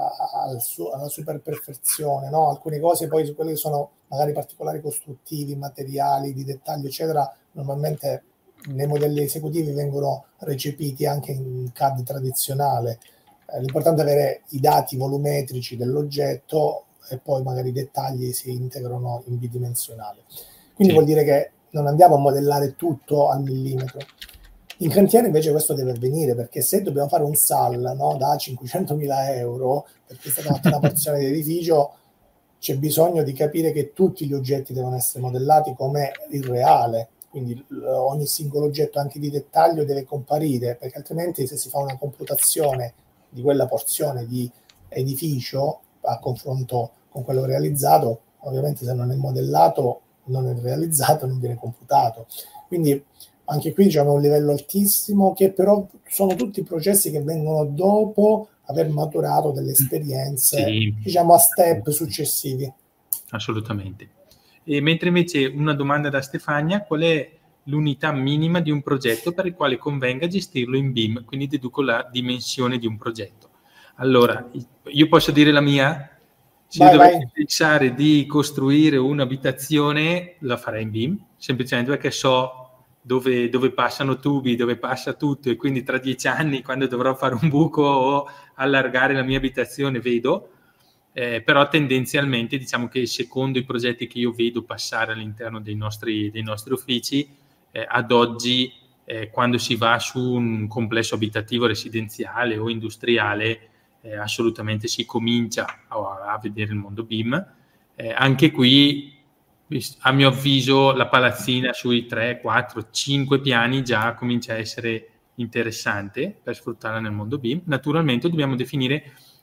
alla super perfezione, no? Alcune cose poi su quelle che sono magari particolari costruttivi, materiali, di dettaglio, eccetera, normalmente nei modelli esecutivi vengono recepiti anche in CAD tradizionale. L'importante è avere i dati volumetrici dell'oggetto e poi magari i dettagli si integrano in bidimensionale. Quindi vuol dire che non andiamo a modellare tutto al millimetro. In cantiere invece questo deve avvenire, perché se dobbiamo fare un SAL, no, da 500.000 euro, perché è stata fatta una porzione di edificio, c'è bisogno di capire che tutti gli oggetti devono essere modellati come il reale, quindi ogni singolo oggetto anche di dettaglio deve comparire, perché altrimenti se si fa una computazione di quella porzione di edificio a confronto con quello realizzato, ovviamente se non è modellato, non è realizzato, non viene computato. Quindi anche qui diciamo un livello altissimo, che però sono tutti processi che vengono dopo aver maturato delle esperienze, diciamo a step successivi. Assolutamente. E mentre invece una domanda da Stefania: qual è l'unità minima di un progetto per il quale convenga gestirlo in BIM? Quindi deduco la dimensione di un progetto. Allora, io posso dire la mia? Se io dovessi pensare di costruire un'abitazione, la farei in BIM, semplicemente perché so dove passano tubi, dove passa tutto, e quindi tra 10 anni, quando dovrò fare un buco o allargare la mia abitazione, vedo. Però tendenzialmente diciamo che secondo i progetti che io vedo passare all'interno dei nostri uffici, ad oggi, quando si va su un complesso abitativo residenziale o industriale, assolutamente si comincia a vedere il mondo BIM. Anche qui, a mio avviso, la palazzina sui 3, 4, 5 piani già comincia a essere interessante per sfruttarla nel mondo BIM. Naturalmente dobbiamo definire,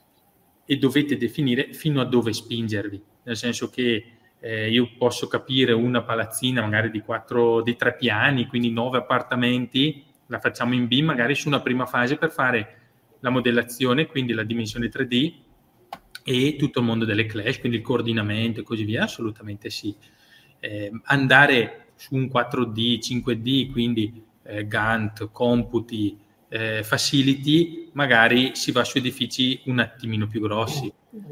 e dovete definire, fino a dove spingervi, nel senso che io posso capire una palazzina magari di 3 piani, quindi 9 appartamenti, la facciamo in BIM magari su una prima fase per fare la modellazione, quindi la dimensione 3D e tutto il mondo delle clash, quindi il coordinamento e così via, assolutamente sì. Andare su un 4D, 5D, quindi Gantt, computi, facility, magari si va su edifici un attimino più grossi.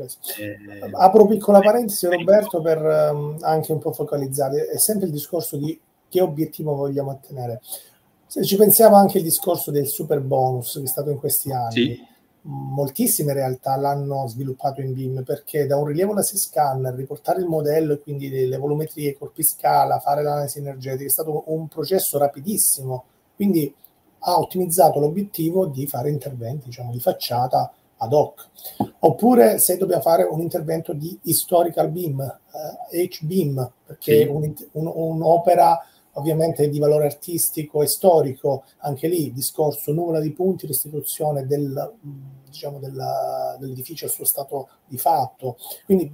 Apro piccola parentesi, Roberto, per anche un po' focalizzare, è sempre il discorso di che obiettivo vogliamo ottenere. Se ci pensiamo anche al discorso del super bonus che è stato in questi anni, moltissime realtà l'hanno sviluppato in BIM, perché da un rilievo laser scanner, riportare il modello e quindi le volumetrie, i corpi scala, fare l'analisi energetica, è stato un processo rapidissimo, quindi ha ottimizzato l'obiettivo di fare interventi, diciamo, di facciata ad hoc. Oppure se dobbiamo fare un intervento di historical BIM, HBIM, perché un'opera ovviamente di valore artistico e storico, anche lì discorso nuvola di punti, restituzione dell'edificio al suo stato di fatto. Quindi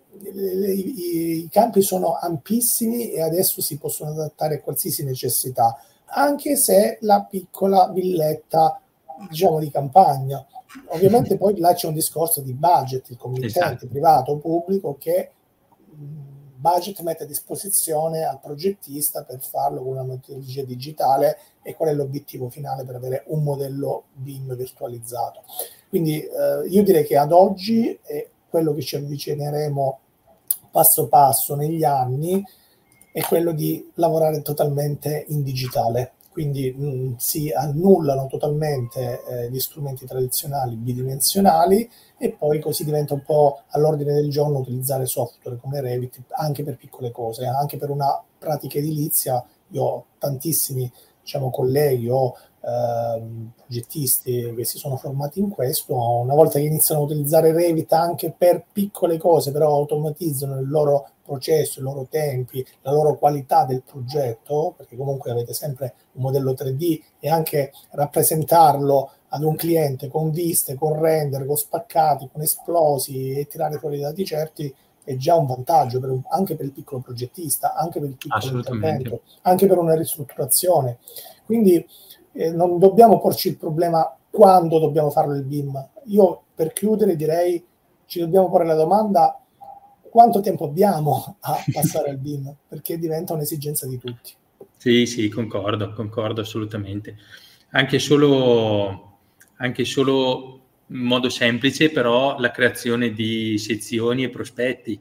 i campi sono ampissimi e adesso si possono adattare a qualsiasi necessità, anche se la piccola villetta, diciamo, di campagna. Ovviamente poi là c'è un discorso di budget, il committente privato o pubblico che budget mette a disposizione al progettista per farlo con una metodologia digitale, e qual è l'obiettivo finale per avere un modello BIM virtualizzato. Quindi io direi che ad oggi è quello che ci avvicineremo passo passo negli anni, è quello di lavorare totalmente in digitale. Quindi si annullano totalmente gli strumenti tradizionali bidimensionali, e poi così diventa un po' all'ordine del giorno utilizzare software come Revit anche per piccole cose, anche per una pratica edilizia. Io ho tantissimi, diciamo, colleghi o progettisti che si sono formati in questo. Una volta che iniziano a utilizzare Revit anche per piccole cose, però automatizzano il loro processo, i loro tempi, la loro qualità del progetto, perché comunque avete sempre un modello 3D, e anche rappresentarlo ad un cliente con viste, con render, con spaccati, con esplosi, e tirare fuori i dati certi è già un vantaggio anche per il piccolo progettista, anche per il piccolo intervento, anche per una ristrutturazione. Quindi non dobbiamo porci il problema quando dobbiamo farlo il BIM. Io, per chiudere, direi ci dobbiamo porre la domanda: quanto tempo abbiamo a passare al BIM? Perché diventa un'esigenza di tutti. Sì, concordo assolutamente. Anche solo in modo semplice, però la creazione di sezioni e prospetti.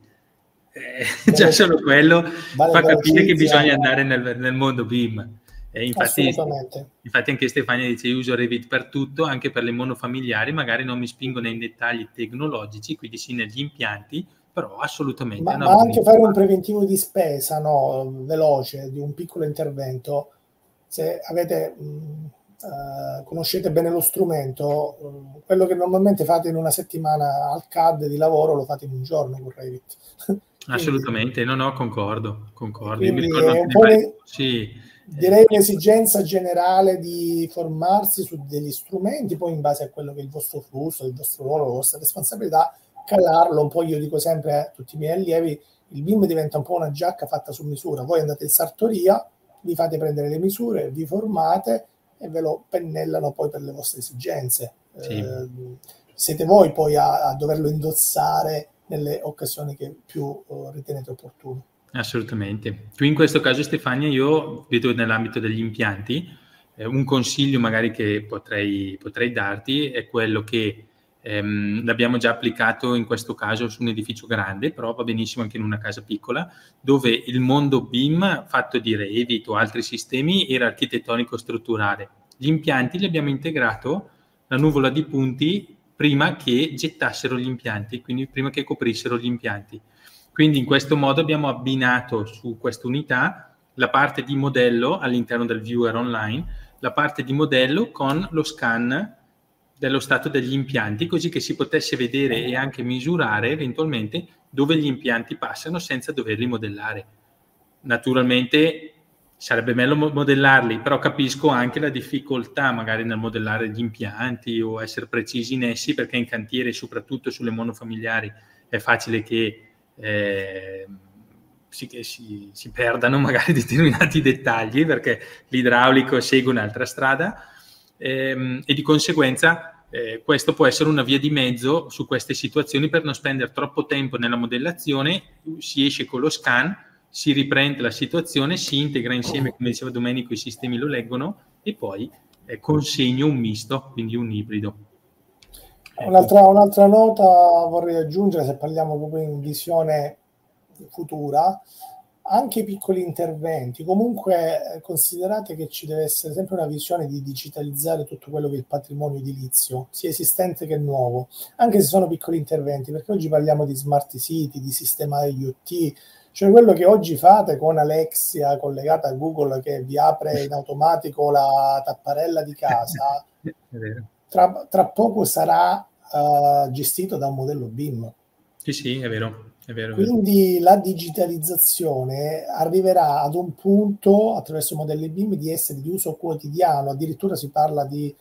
Già solo quello fa capire che bisogna andare nel mondo BIM. Infatti anche Stefania dice: io uso Revit per tutto, anche per le monofamiliari, magari non mi spingo nei dettagli tecnologici, quindi sì negli impianti, però assolutamente. Ma anche fare un preventivo di spesa, no, veloce, di un piccolo intervento, se avete... conoscete bene lo strumento, quello che normalmente fate in una settimana al CAD di lavoro lo fate in un giorno con Revit. Assolutamente, no, concordo. Quindi è un po' direi un'esigenza generale di formarsi su degli strumenti, poi in base a quello che è il vostro flusso, il vostro ruolo, la vostra responsabilità, calarlo un po'. Io dico sempre a tutti i miei allievi, il BIM diventa un po' una giacca fatta su misura. Voi andate in sartoria, vi fate prendere le misure, vi formate e ve lo pennellano poi per le vostre esigenze. Sì. Siete voi poi a doverlo indossare nelle occasioni che più ritenete opportune. Assolutamente. Qui in questo caso, Stefania, io vedo nell'ambito degli impianti un consiglio magari che potrei darti è quello che l'abbiamo già applicato in questo caso su un edificio grande, però va benissimo anche in una casa piccola, dove il mondo BIM fatto di Revit o altri sistemi era architettonico strutturale. Gli impianti li abbiamo integrato la nuvola di punti prima che gettassero gli impianti, quindi prima che coprissero gli impianti. Quindi in questo modo abbiamo abbinato su questa unità la parte di modello all'interno del viewer online, la parte di modello con lo scan dello stato degli impianti, così che si potesse vedere e anche misurare eventualmente dove gli impianti passano senza doverli modellare. Naturalmente sarebbe bello modellarli, però capisco anche la difficoltà magari nel modellare gli impianti o essere precisi in essi, perché in cantiere, soprattutto sulle monofamiliari, è facile che si perdano magari determinati dettagli, perché l'idraulico segue un'altra strada e di conseguenza questo può essere una via di mezzo su queste situazioni per non spendere troppo tempo nella modellazione. Si esce con lo scan, si riprende la situazione, si integra insieme, come diceva Domenico, i sistemi lo leggono e poi consegno un misto, quindi un ibrido. Un'altra nota vorrei aggiungere, se parliamo proprio in visione futura, anche i piccoli interventi. Comunque considerate che ci deve essere sempre una visione di digitalizzare tutto quello che è il patrimonio edilizio, sia esistente che nuovo, anche se sono piccoli interventi, perché oggi parliamo di smart city, di sistema IoT, cioè quello che oggi fate con Alexia collegata a Google che vi apre in automatico la tapparella di casa, tra poco sarà gestito da un modello BIM. Sì, è vero. Quindi la digitalizzazione arriverà ad un punto, attraverso modelli BIM, di essere di uso quotidiano. Addirittura si parla di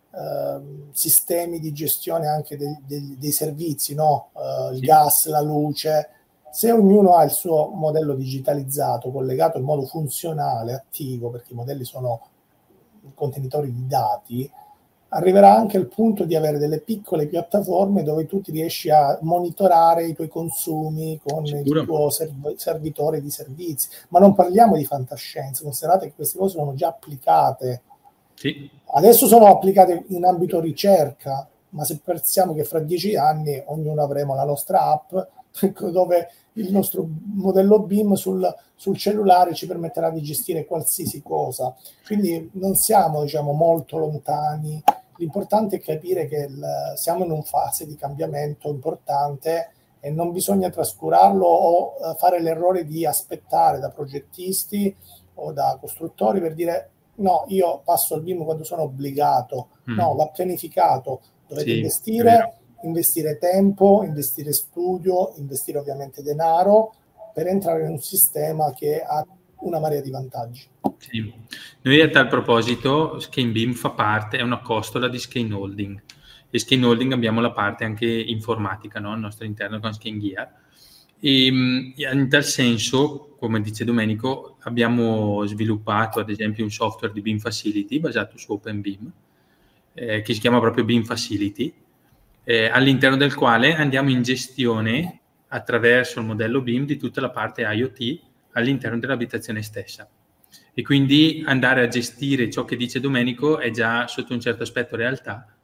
sistemi di gestione anche dei servizi, no? Il gas, la luce. Se ognuno ha il suo modello digitalizzato, collegato in modo funzionale, attivo, perché i modelli sono contenitori di dati, arriverà anche il punto di avere delle piccole piattaforme dove tu ti riesci a monitorare i tuoi consumi con il tuo servitore di servizi. Ma non parliamo di fantascienza, considerate che queste cose sono già applicate. Sì. Adesso sono applicate in ambito ricerca, ma se pensiamo che fra 10 anni ognuno avremo la nostra app dove il nostro modello BIM sul cellulare ci permetterà di gestire qualsiasi cosa. Quindi non siamo, diciamo, molto lontani. L'importante è capire che siamo in una fase di cambiamento importante e non bisogna trascurarlo o fare l'errore di aspettare da progettisti o da costruttori per dire no, io passo al BIM quando sono obbligato. No, va pianificato. Dovete investire tempo, investire studio, investire ovviamente denaro per entrare in un sistema che ha una marea di vantaggi. Sì. Noi a tal proposito, ScaneBIM fa parte, è una costola di Scane Holding, e Scane Holding abbiamo la parte anche informatica, no? Al nostro interno con ScaneGear, e in tal senso, come dice Domenico, abbiamo sviluppato ad esempio un software di BIM Facility basato su OpenBIM, che si chiama proprio BIM Facility, all'interno del quale andiamo in gestione attraverso il modello BIM di tutta la parte IoT all'interno dell'abitazione stessa. E quindi andare a gestire ciò che dice Domenico è già sotto un certo aspetto realtà,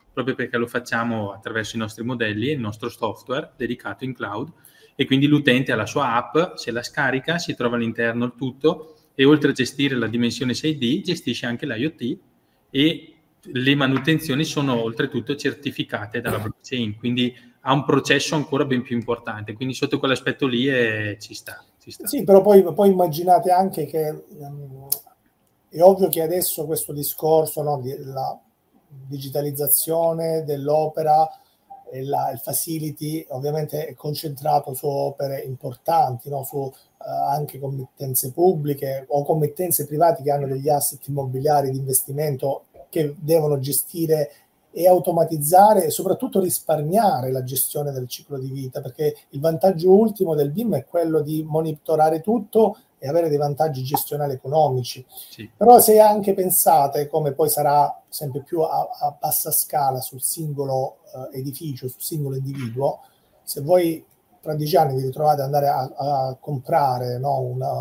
proprio perché lo facciamo attraverso i nostri modelli e il nostro software dedicato in cloud, e quindi l'utente ha la sua app, se la scarica, si trova all'interno il tutto, e oltre a gestire la dimensione 6D, gestisce anche l'IoT, e le manutenzioni sono oltretutto certificate dalla blockchain, quindi ha un processo ancora ben più importante, quindi sotto quell'aspetto lì ci sta. Sì, però poi immaginate anche che è ovvio che adesso questo discorso, no, la digitalizzazione dell'opera e il facility ovviamente è concentrato su opere importanti, no, su anche committenze pubbliche o committenze private che hanno degli asset immobiliari di investimento che devono gestire e automatizzare e soprattutto risparmiare la gestione del ciclo di vita, perché il vantaggio ultimo del BIM è quello di monitorare tutto e avere dei vantaggi gestionali economici. Sì. Però se anche pensate come poi sarà sempre più a bassa scala sul singolo edificio, sul singolo individuo, se voi tra 10 anni vi ritrovate ad andare a comprare, no,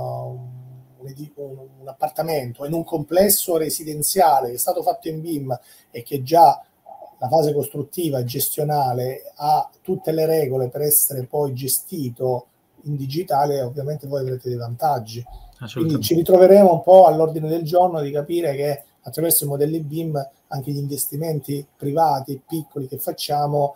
un appartamento in un complesso residenziale che è stato fatto in BIM e che già la fase costruttiva e gestionale ha tutte le regole per essere poi gestito in digitale, ovviamente voi avrete dei vantaggi. Quindi ci ritroveremo un po' all'ordine del giorno di capire che attraverso i modelli BIM anche gli investimenti privati piccoli che facciamo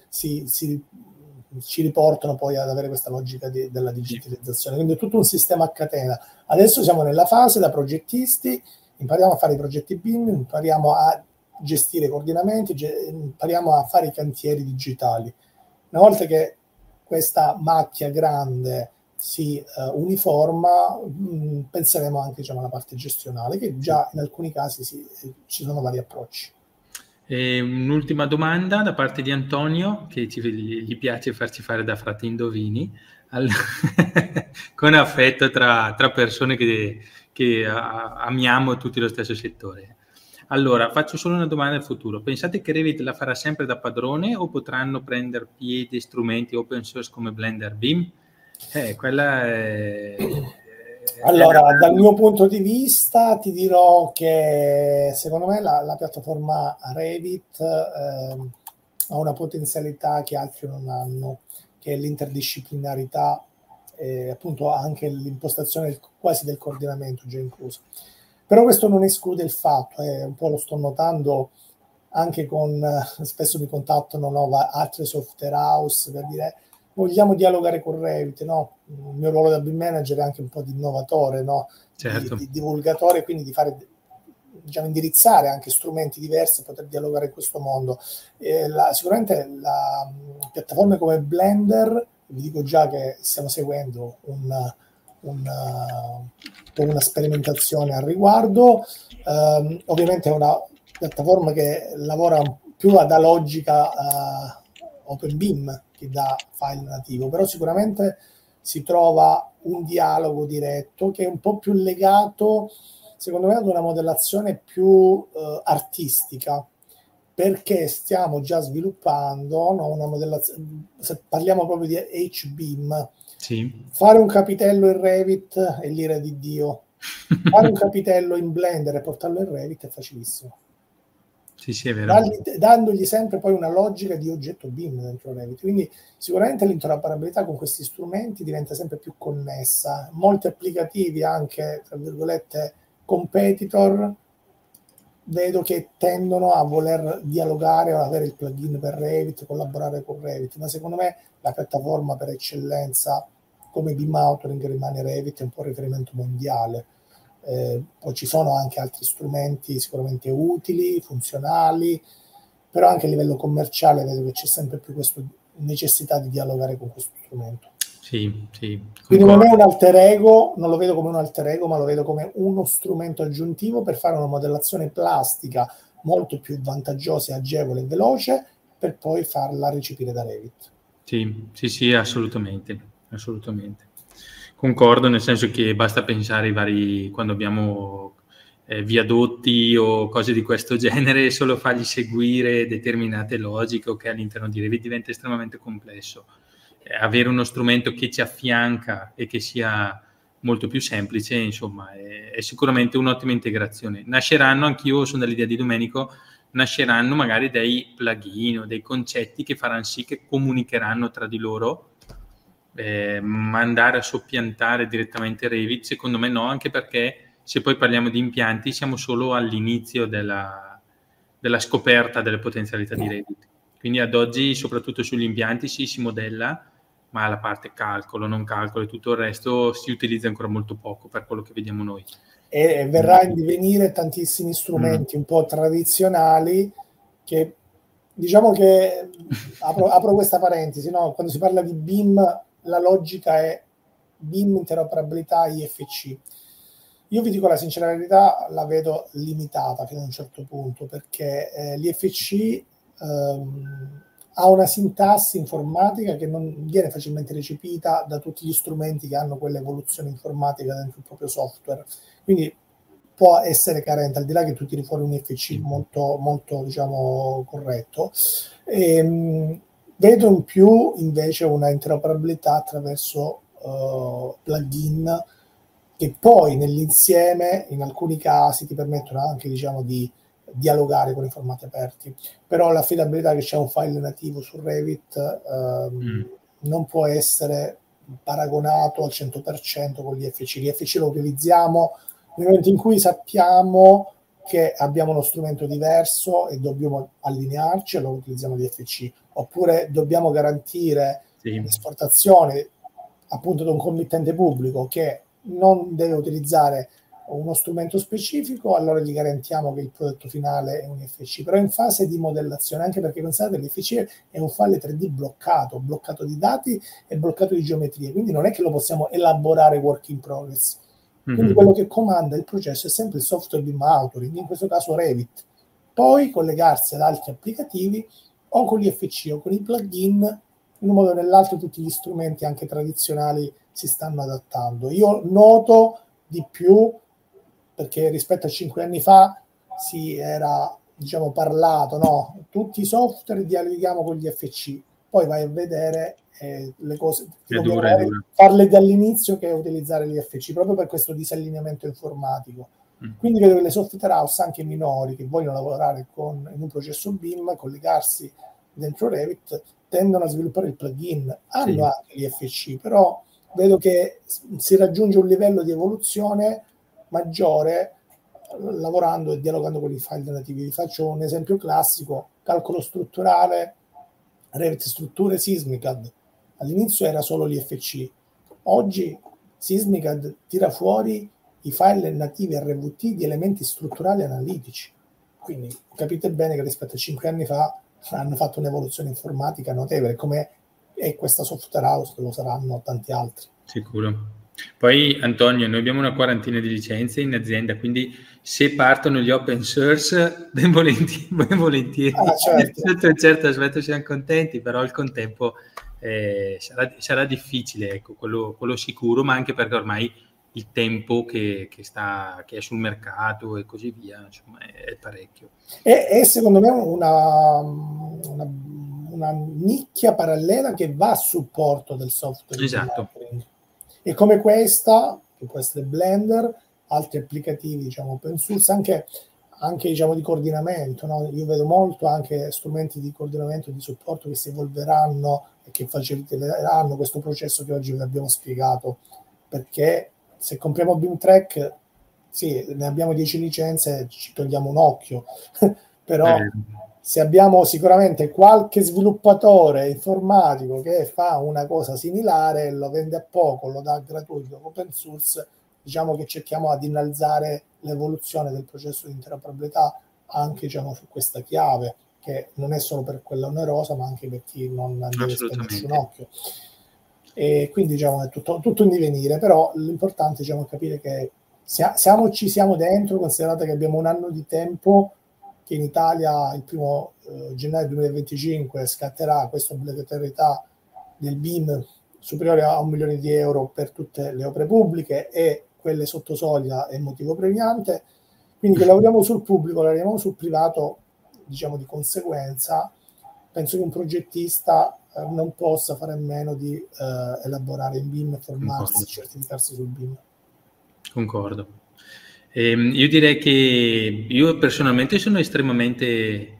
ci riportano poi ad avere questa logica della digitalizzazione. Quindi è tutto un sistema a catena. Adesso siamo nella fase da progettisti, impariamo a fare i progetti BIM, impariamo a gestire i coordinamenti, impariamo a fare i cantieri digitali. Una volta che questa macchia grande si uniforma, penseremo anche, diciamo, alla parte gestionale, che già in alcuni casi ci sono vari approcci. Un'ultima domanda da parte di Antonio, che gli piace farci fare da frate indovini, con affetto tra persone che amiamo tutti lo stesso settore. Allora, faccio solo una domanda al futuro. Pensate che Revit la farà sempre da padrone o potranno prendere piede strumenti open source come Blender, BIM? Quella è... Allora, dal mio punto di vista ti dirò che secondo me la piattaforma Revit ha una potenzialità che altri non hanno, che è l'interdisciplinarità e appunto anche l'impostazione quasi del coordinamento già incluso. Però questo non esclude il fatto, un po' lo sto notando anche spesso mi contattano altre software house per dire vogliamo dialogare con Revit, no? Il mio ruolo da BIM manager è anche un po' di innovatore, no? Certo. Di divulgatore, quindi di fare, diciamo, indirizzare anche strumenti diversi, poter dialogare in questo mondo. Sicuramente piattaforme come Blender, vi dico già che stiamo seguendo una sperimentazione al riguardo. Ovviamente è una piattaforma che lavora più ad logica OpenBIM che da file nativo, però sicuramente si trova un dialogo diretto che è un po' più legato, secondo me, ad una modellazione più artistica, perché stiamo già sviluppando, no, una modellazione, se parliamo proprio di HBIM, sì. Fare un capitello in Revit è l'ira di Dio, fare un capitello in Blender e portarlo in Revit è facilissimo. Sì, è vero. Dandogli sempre poi una logica di oggetto BIM dentro Revit. Quindi sicuramente l'interoperabilità con questi strumenti diventa sempre più connessa. Molti applicativi, anche tra virgolette competitor, vedo che tendono a voler dialogare o avere il plugin per Revit, collaborare con Revit, ma secondo me la piattaforma per eccellenza come BIM Authoring rimane Revit, è un po' riferimento mondiale. Poi ci sono anche altri strumenti sicuramente utili, funzionali, però anche a livello commerciale vedo che c'è sempre più questa necessità di dialogare con questo strumento. Sì. Quindi non è un alter ego, non lo vedo come un alter ego, ma lo vedo come uno strumento aggiuntivo per fare una modellazione plastica molto più vantaggiosa, agevole e veloce, per poi farla recepire da Revit. Sì, assolutamente. Concordo, nel senso che basta pensare ai vari, quando abbiamo viadotti o cose di questo genere, solo fargli seguire determinate logiche che all'interno di Revit diventa estremamente complesso. Avere uno strumento che ci affianca e che sia molto più semplice, insomma, è sicuramente un'ottima integrazione. Anch'io sono dell'idea di Domenico, nasceranno magari dei plugin o dei concetti che faranno sì che comunicheranno tra di loro, mandare a soppiantare direttamente Revit, secondo me no, anche perché se poi parliamo di impianti siamo solo all'inizio della scoperta delle potenzialità di Revit. Quindi ad oggi, soprattutto sugli impianti, sì, si modella, ma la parte calcolo, non calcolo e tutto il resto si utilizza ancora molto poco per quello che vediamo noi. E verrà in divenire tantissimi strumenti un po' tradizionali che, diciamo che, apro questa parentesi, no? Quando si parla di BIM la logica è BIM, interoperabilità, IFC. Io vi dico la sincera verità, la vedo limitata fino a un certo punto, perché l'IFC ha una sintassi informatica che non viene facilmente recepita da tutti gli strumenti che hanno quell'evoluzione informatica dentro il proprio software. Quindi può essere carente, al di là che tu tiri fuori un IFC molto, molto diciamo, corretto. Vedo in più invece una interoperabilità attraverso plugin che poi nell'insieme in alcuni casi ti permettono anche diciamo di dialogare con i formati aperti, però l'affidabilità che c'è un file nativo su Revit non può essere paragonato al 100% con l'IFC. L'IFC lo utilizziamo nel momento in cui sappiamo che abbiamo uno strumento diverso e dobbiamo allinearci, allora utilizziamo l'IFC, oppure dobbiamo garantire l'esportazione appunto da un committente pubblico che non deve utilizzare uno strumento specifico, allora gli garantiamo che il prodotto finale è un IFC, però in fase di modellazione, anche perché pensate l'IFC è un file 3D bloccato di dati e bloccato di geometrie, quindi non è che lo possiamo elaborare work in progress. Quindi quello che comanda il processo è sempre il software BIM authoring, in questo caso Revit, poi collegarsi ad altri applicativi o con l'IFC o con i plugin, in un modo o nell'altro tutti gli strumenti anche tradizionali si stanno adattando. Io noto di più, perché rispetto a 5 anni fa si era diciamo parlato, no? Tutti i software dialoghiamo con gli FC, poi vai a vedere le cose, farle dall'inizio che utilizzare gli FC, proprio per questo disallineamento informatico. Quindi vedo che le software house, anche minori, che vogliono lavorare in un processo BIM, collegarsi dentro Revit, tendono a sviluppare il plugin, hanno anche gli FC, però vedo che si raggiunge un livello di evoluzione maggiore lavorando e dialogando con i file nativi. Vi faccio un esempio classico: calcolo strutturale, Revit strutture, Sysmicad. All'inizio era solo l'IFC, oggi Sysmicad tira fuori i file nativi RVT di elementi strutturali analitici. Quindi capite bene che rispetto a 5 anni fa hanno fatto un'evoluzione informatica notevole, come è questa software house, che lo saranno tanti altri. Sicuro. Poi Antonio, noi abbiamo una quarantina di licenze in azienda, quindi se partono gli open source, ben volentieri, certo. sotto un certo aspetto siamo contenti, però al contempo sarà difficile, ecco, quello sicuro, ma anche perché ormai il tempo che è sul mercato e così via, insomma, è parecchio. È secondo me una nicchia parallela che va a supporto del software. Esatto. E come questa, che può essere Blender, altri applicativi, diciamo, open source, anche diciamo di coordinamento, no? Io vedo molto anche strumenti di coordinamento e di supporto che si evolveranno e che faciliteranno questo processo che oggi vi abbiamo spiegato, perché se compriamo BIMtrack, sì, ne abbiamo 10 licenze, ci togliamo un occhio, però se abbiamo sicuramente qualche sviluppatore informatico che fa una cosa similare, lo vende a poco, lo dà gratuito, open source, diciamo che cerchiamo di innalzare l'evoluzione del processo di interoperabilità anche diciamo su questa chiave, che non è solo per quella onerosa, ma anche per chi non deve spenderci un occhio. E quindi diciamo è tutto in divenire, però l'importante diciamo, è capire che ci siamo dentro, considerate che abbiamo un anno di tempo, che in Italia il 1 gennaio 2025 scatterà questa obbligatorietà del BIM superiore a 1 milione di euro per tutte le opere pubbliche, e quelle sotto soglia è motivo premiante, quindi che lavoriamo sul pubblico, lavoriamo sul privato, diciamo di conseguenza. Penso che un progettista non possa fare a meno di elaborare in BIM, formarsi, certificarsi sul BIM. Concordo. Io direi che io personalmente sono estremamente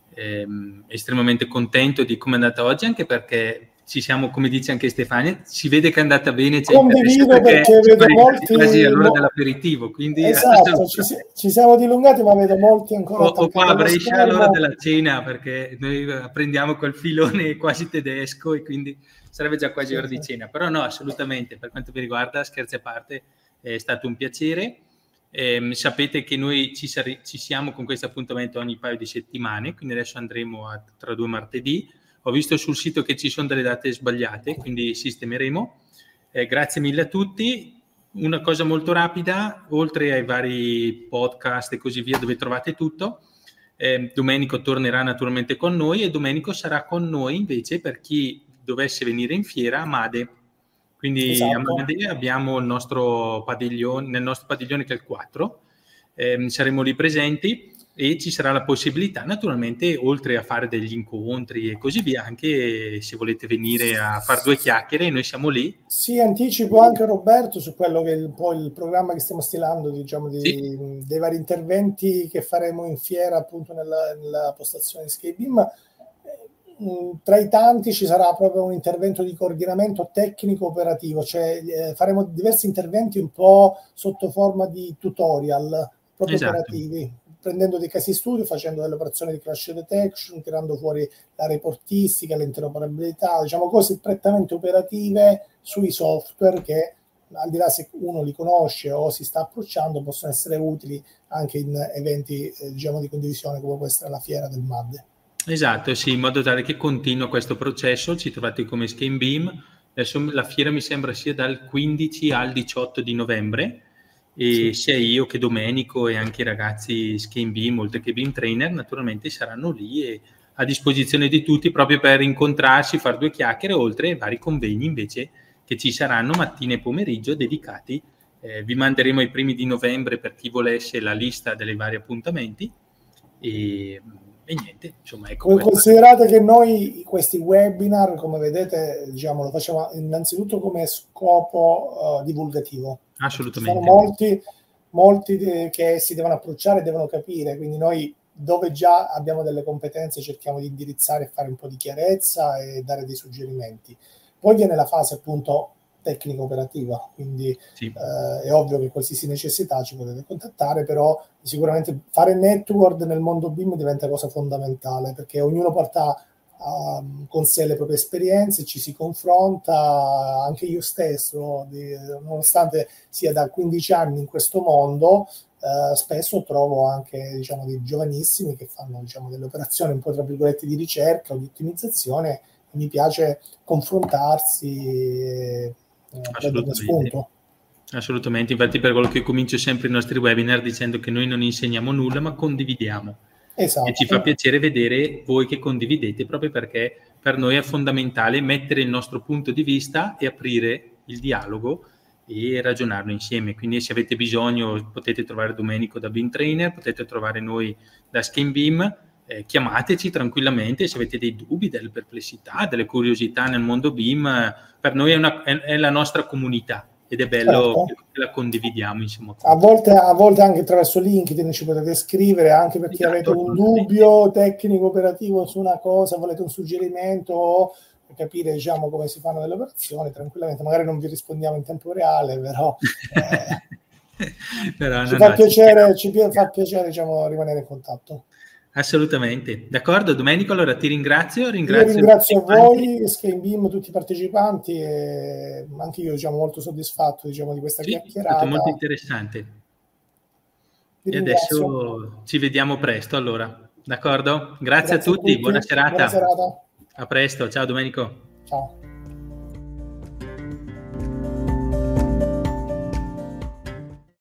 contento di come è andata oggi, anche perché ci siamo, come dice anche Stefania, si vede che è andata bene, c'è interesse, perché vedo molti quasi all'ora dell'aperitivo, quindi esatto, ci siamo dilungati, ma vedo molti ancora o qua a Brescia schermo. all'ora della cena, perché noi prendiamo quel filone quasi tedesco e quindi sarebbe già quasi ora di cena, però no, assolutamente, per quanto mi riguarda, scherzi a parte, è stato un piacere. Sapete che noi ci siamo con questo appuntamento ogni paio di settimane, quindi adesso andremo tra 2 martedì. Ho visto sul sito che ci sono delle date sbagliate, quindi sistemeremo. Grazie mille a tutti. Una cosa molto rapida, oltre ai vari podcast e così via dove trovate tutto, Domenico tornerà naturalmente con noi e Domenico sarà con noi invece per chi dovesse venire in fiera a Made. Quindi a Made abbiamo il nostro padiglione, nel nostro padiglione che è il 4, saremo lì presenti e ci sarà la possibilità naturalmente, oltre a fare degli incontri e così via, anche se volete venire a fare 2 chiacchiere, noi siamo lì. Sì, anticipo anche Roberto su quello che è un po' il programma che stiamo stilando, diciamo, dei vari interventi che faremo in fiera, appunto nella postazione di Skybeam. Tra i tanti ci sarà proprio un intervento di coordinamento tecnico operativo, cioè faremo diversi interventi un po' sotto forma di tutorial proprio operativi, prendendo dei casi studio, facendo delle operazioni di crash detection, tirando fuori la reportistica, l'interoperabilità, diciamo cose prettamente operative sui software che, al di là se uno li conosce o si sta approcciando, possono essere utili anche in eventi diciamo di condivisione come può essere la fiera del MAD. Esatto, sì, in modo tale che continua questo processo. Ci trovate come Skybeam. Adesso la fiera mi sembra sia dal 15 al 18 di novembre e sia io che Domenico e anche i ragazzi Skybeam, oltre che Beam Trainer, naturalmente saranno lì e a disposizione di tutti proprio per incontrarsi, fare 2 chiacchiere, oltre ai vari convegni invece che ci saranno mattina e pomeriggio dedicati. Vi manderemo i primi di novembre per chi volesse la lista dei vari appuntamenti e niente, insomma, ecco. Considerate che noi questi webinar, come vedete, diciamo, lo facciamo innanzitutto come scopo divulgativo. Assolutamente. Ci sono molti che si devono approcciare, devono capire, quindi noi dove già abbiamo delle competenze cerchiamo di indirizzare e fare un po' di chiarezza e dare dei suggerimenti. Poi viene la fase appunto tecnico-operativa, quindi è ovvio che qualsiasi necessità ci potete contattare, però sicuramente fare network nel mondo BIM diventa cosa fondamentale, perché ognuno porta con sé le proprie esperienze, ci si confronta, anche io stesso, nonostante sia da 15 anni in questo mondo, spesso trovo anche diciamo dei giovanissimi che fanno diciamo delle operazioni un po' tra virgolette di ricerca o di ottimizzazione. Mi piace confrontarsi e prendere spunto. Assolutamente, infatti per quello che comincio sempre i nostri webinar dicendo che noi non insegniamo nulla ma condividiamo. Esatto. E ci fa piacere vedere voi che condividete, proprio perché per noi è fondamentale mettere il nostro punto di vista e aprire il dialogo e ragionarlo insieme. Quindi se avete bisogno potete trovare Domenico da Beam Trainer, potete trovare noi da Skybeam, chiamateci tranquillamente se avete dei dubbi, delle perplessità, delle curiosità nel mondo BIM. Per noi è la nostra comunità ed è bello che la condividiamo insieme. A volte anche attraverso LinkedIn ci potete scrivere, anche perché avete un dubbio tecnico operativo su una cosa, volete un suggerimento o capire diciamo come si fanno delle operazioni, tranquillamente, magari non vi rispondiamo in tempo reale, però, ci fa piacere diciamo rimanere in contatto. Assolutamente, d'accordo Domenico, allora ti ringrazio. Io ringrazio voi, Skybeam, tutti i partecipanti e anche io diciamo molto soddisfatto diciamo di questa chiacchierata. È stato molto interessante. E adesso ci vediamo presto allora, d'accordo? Grazie a tutti, buona serata. Buona serata. A presto, ciao Domenico. Ciao.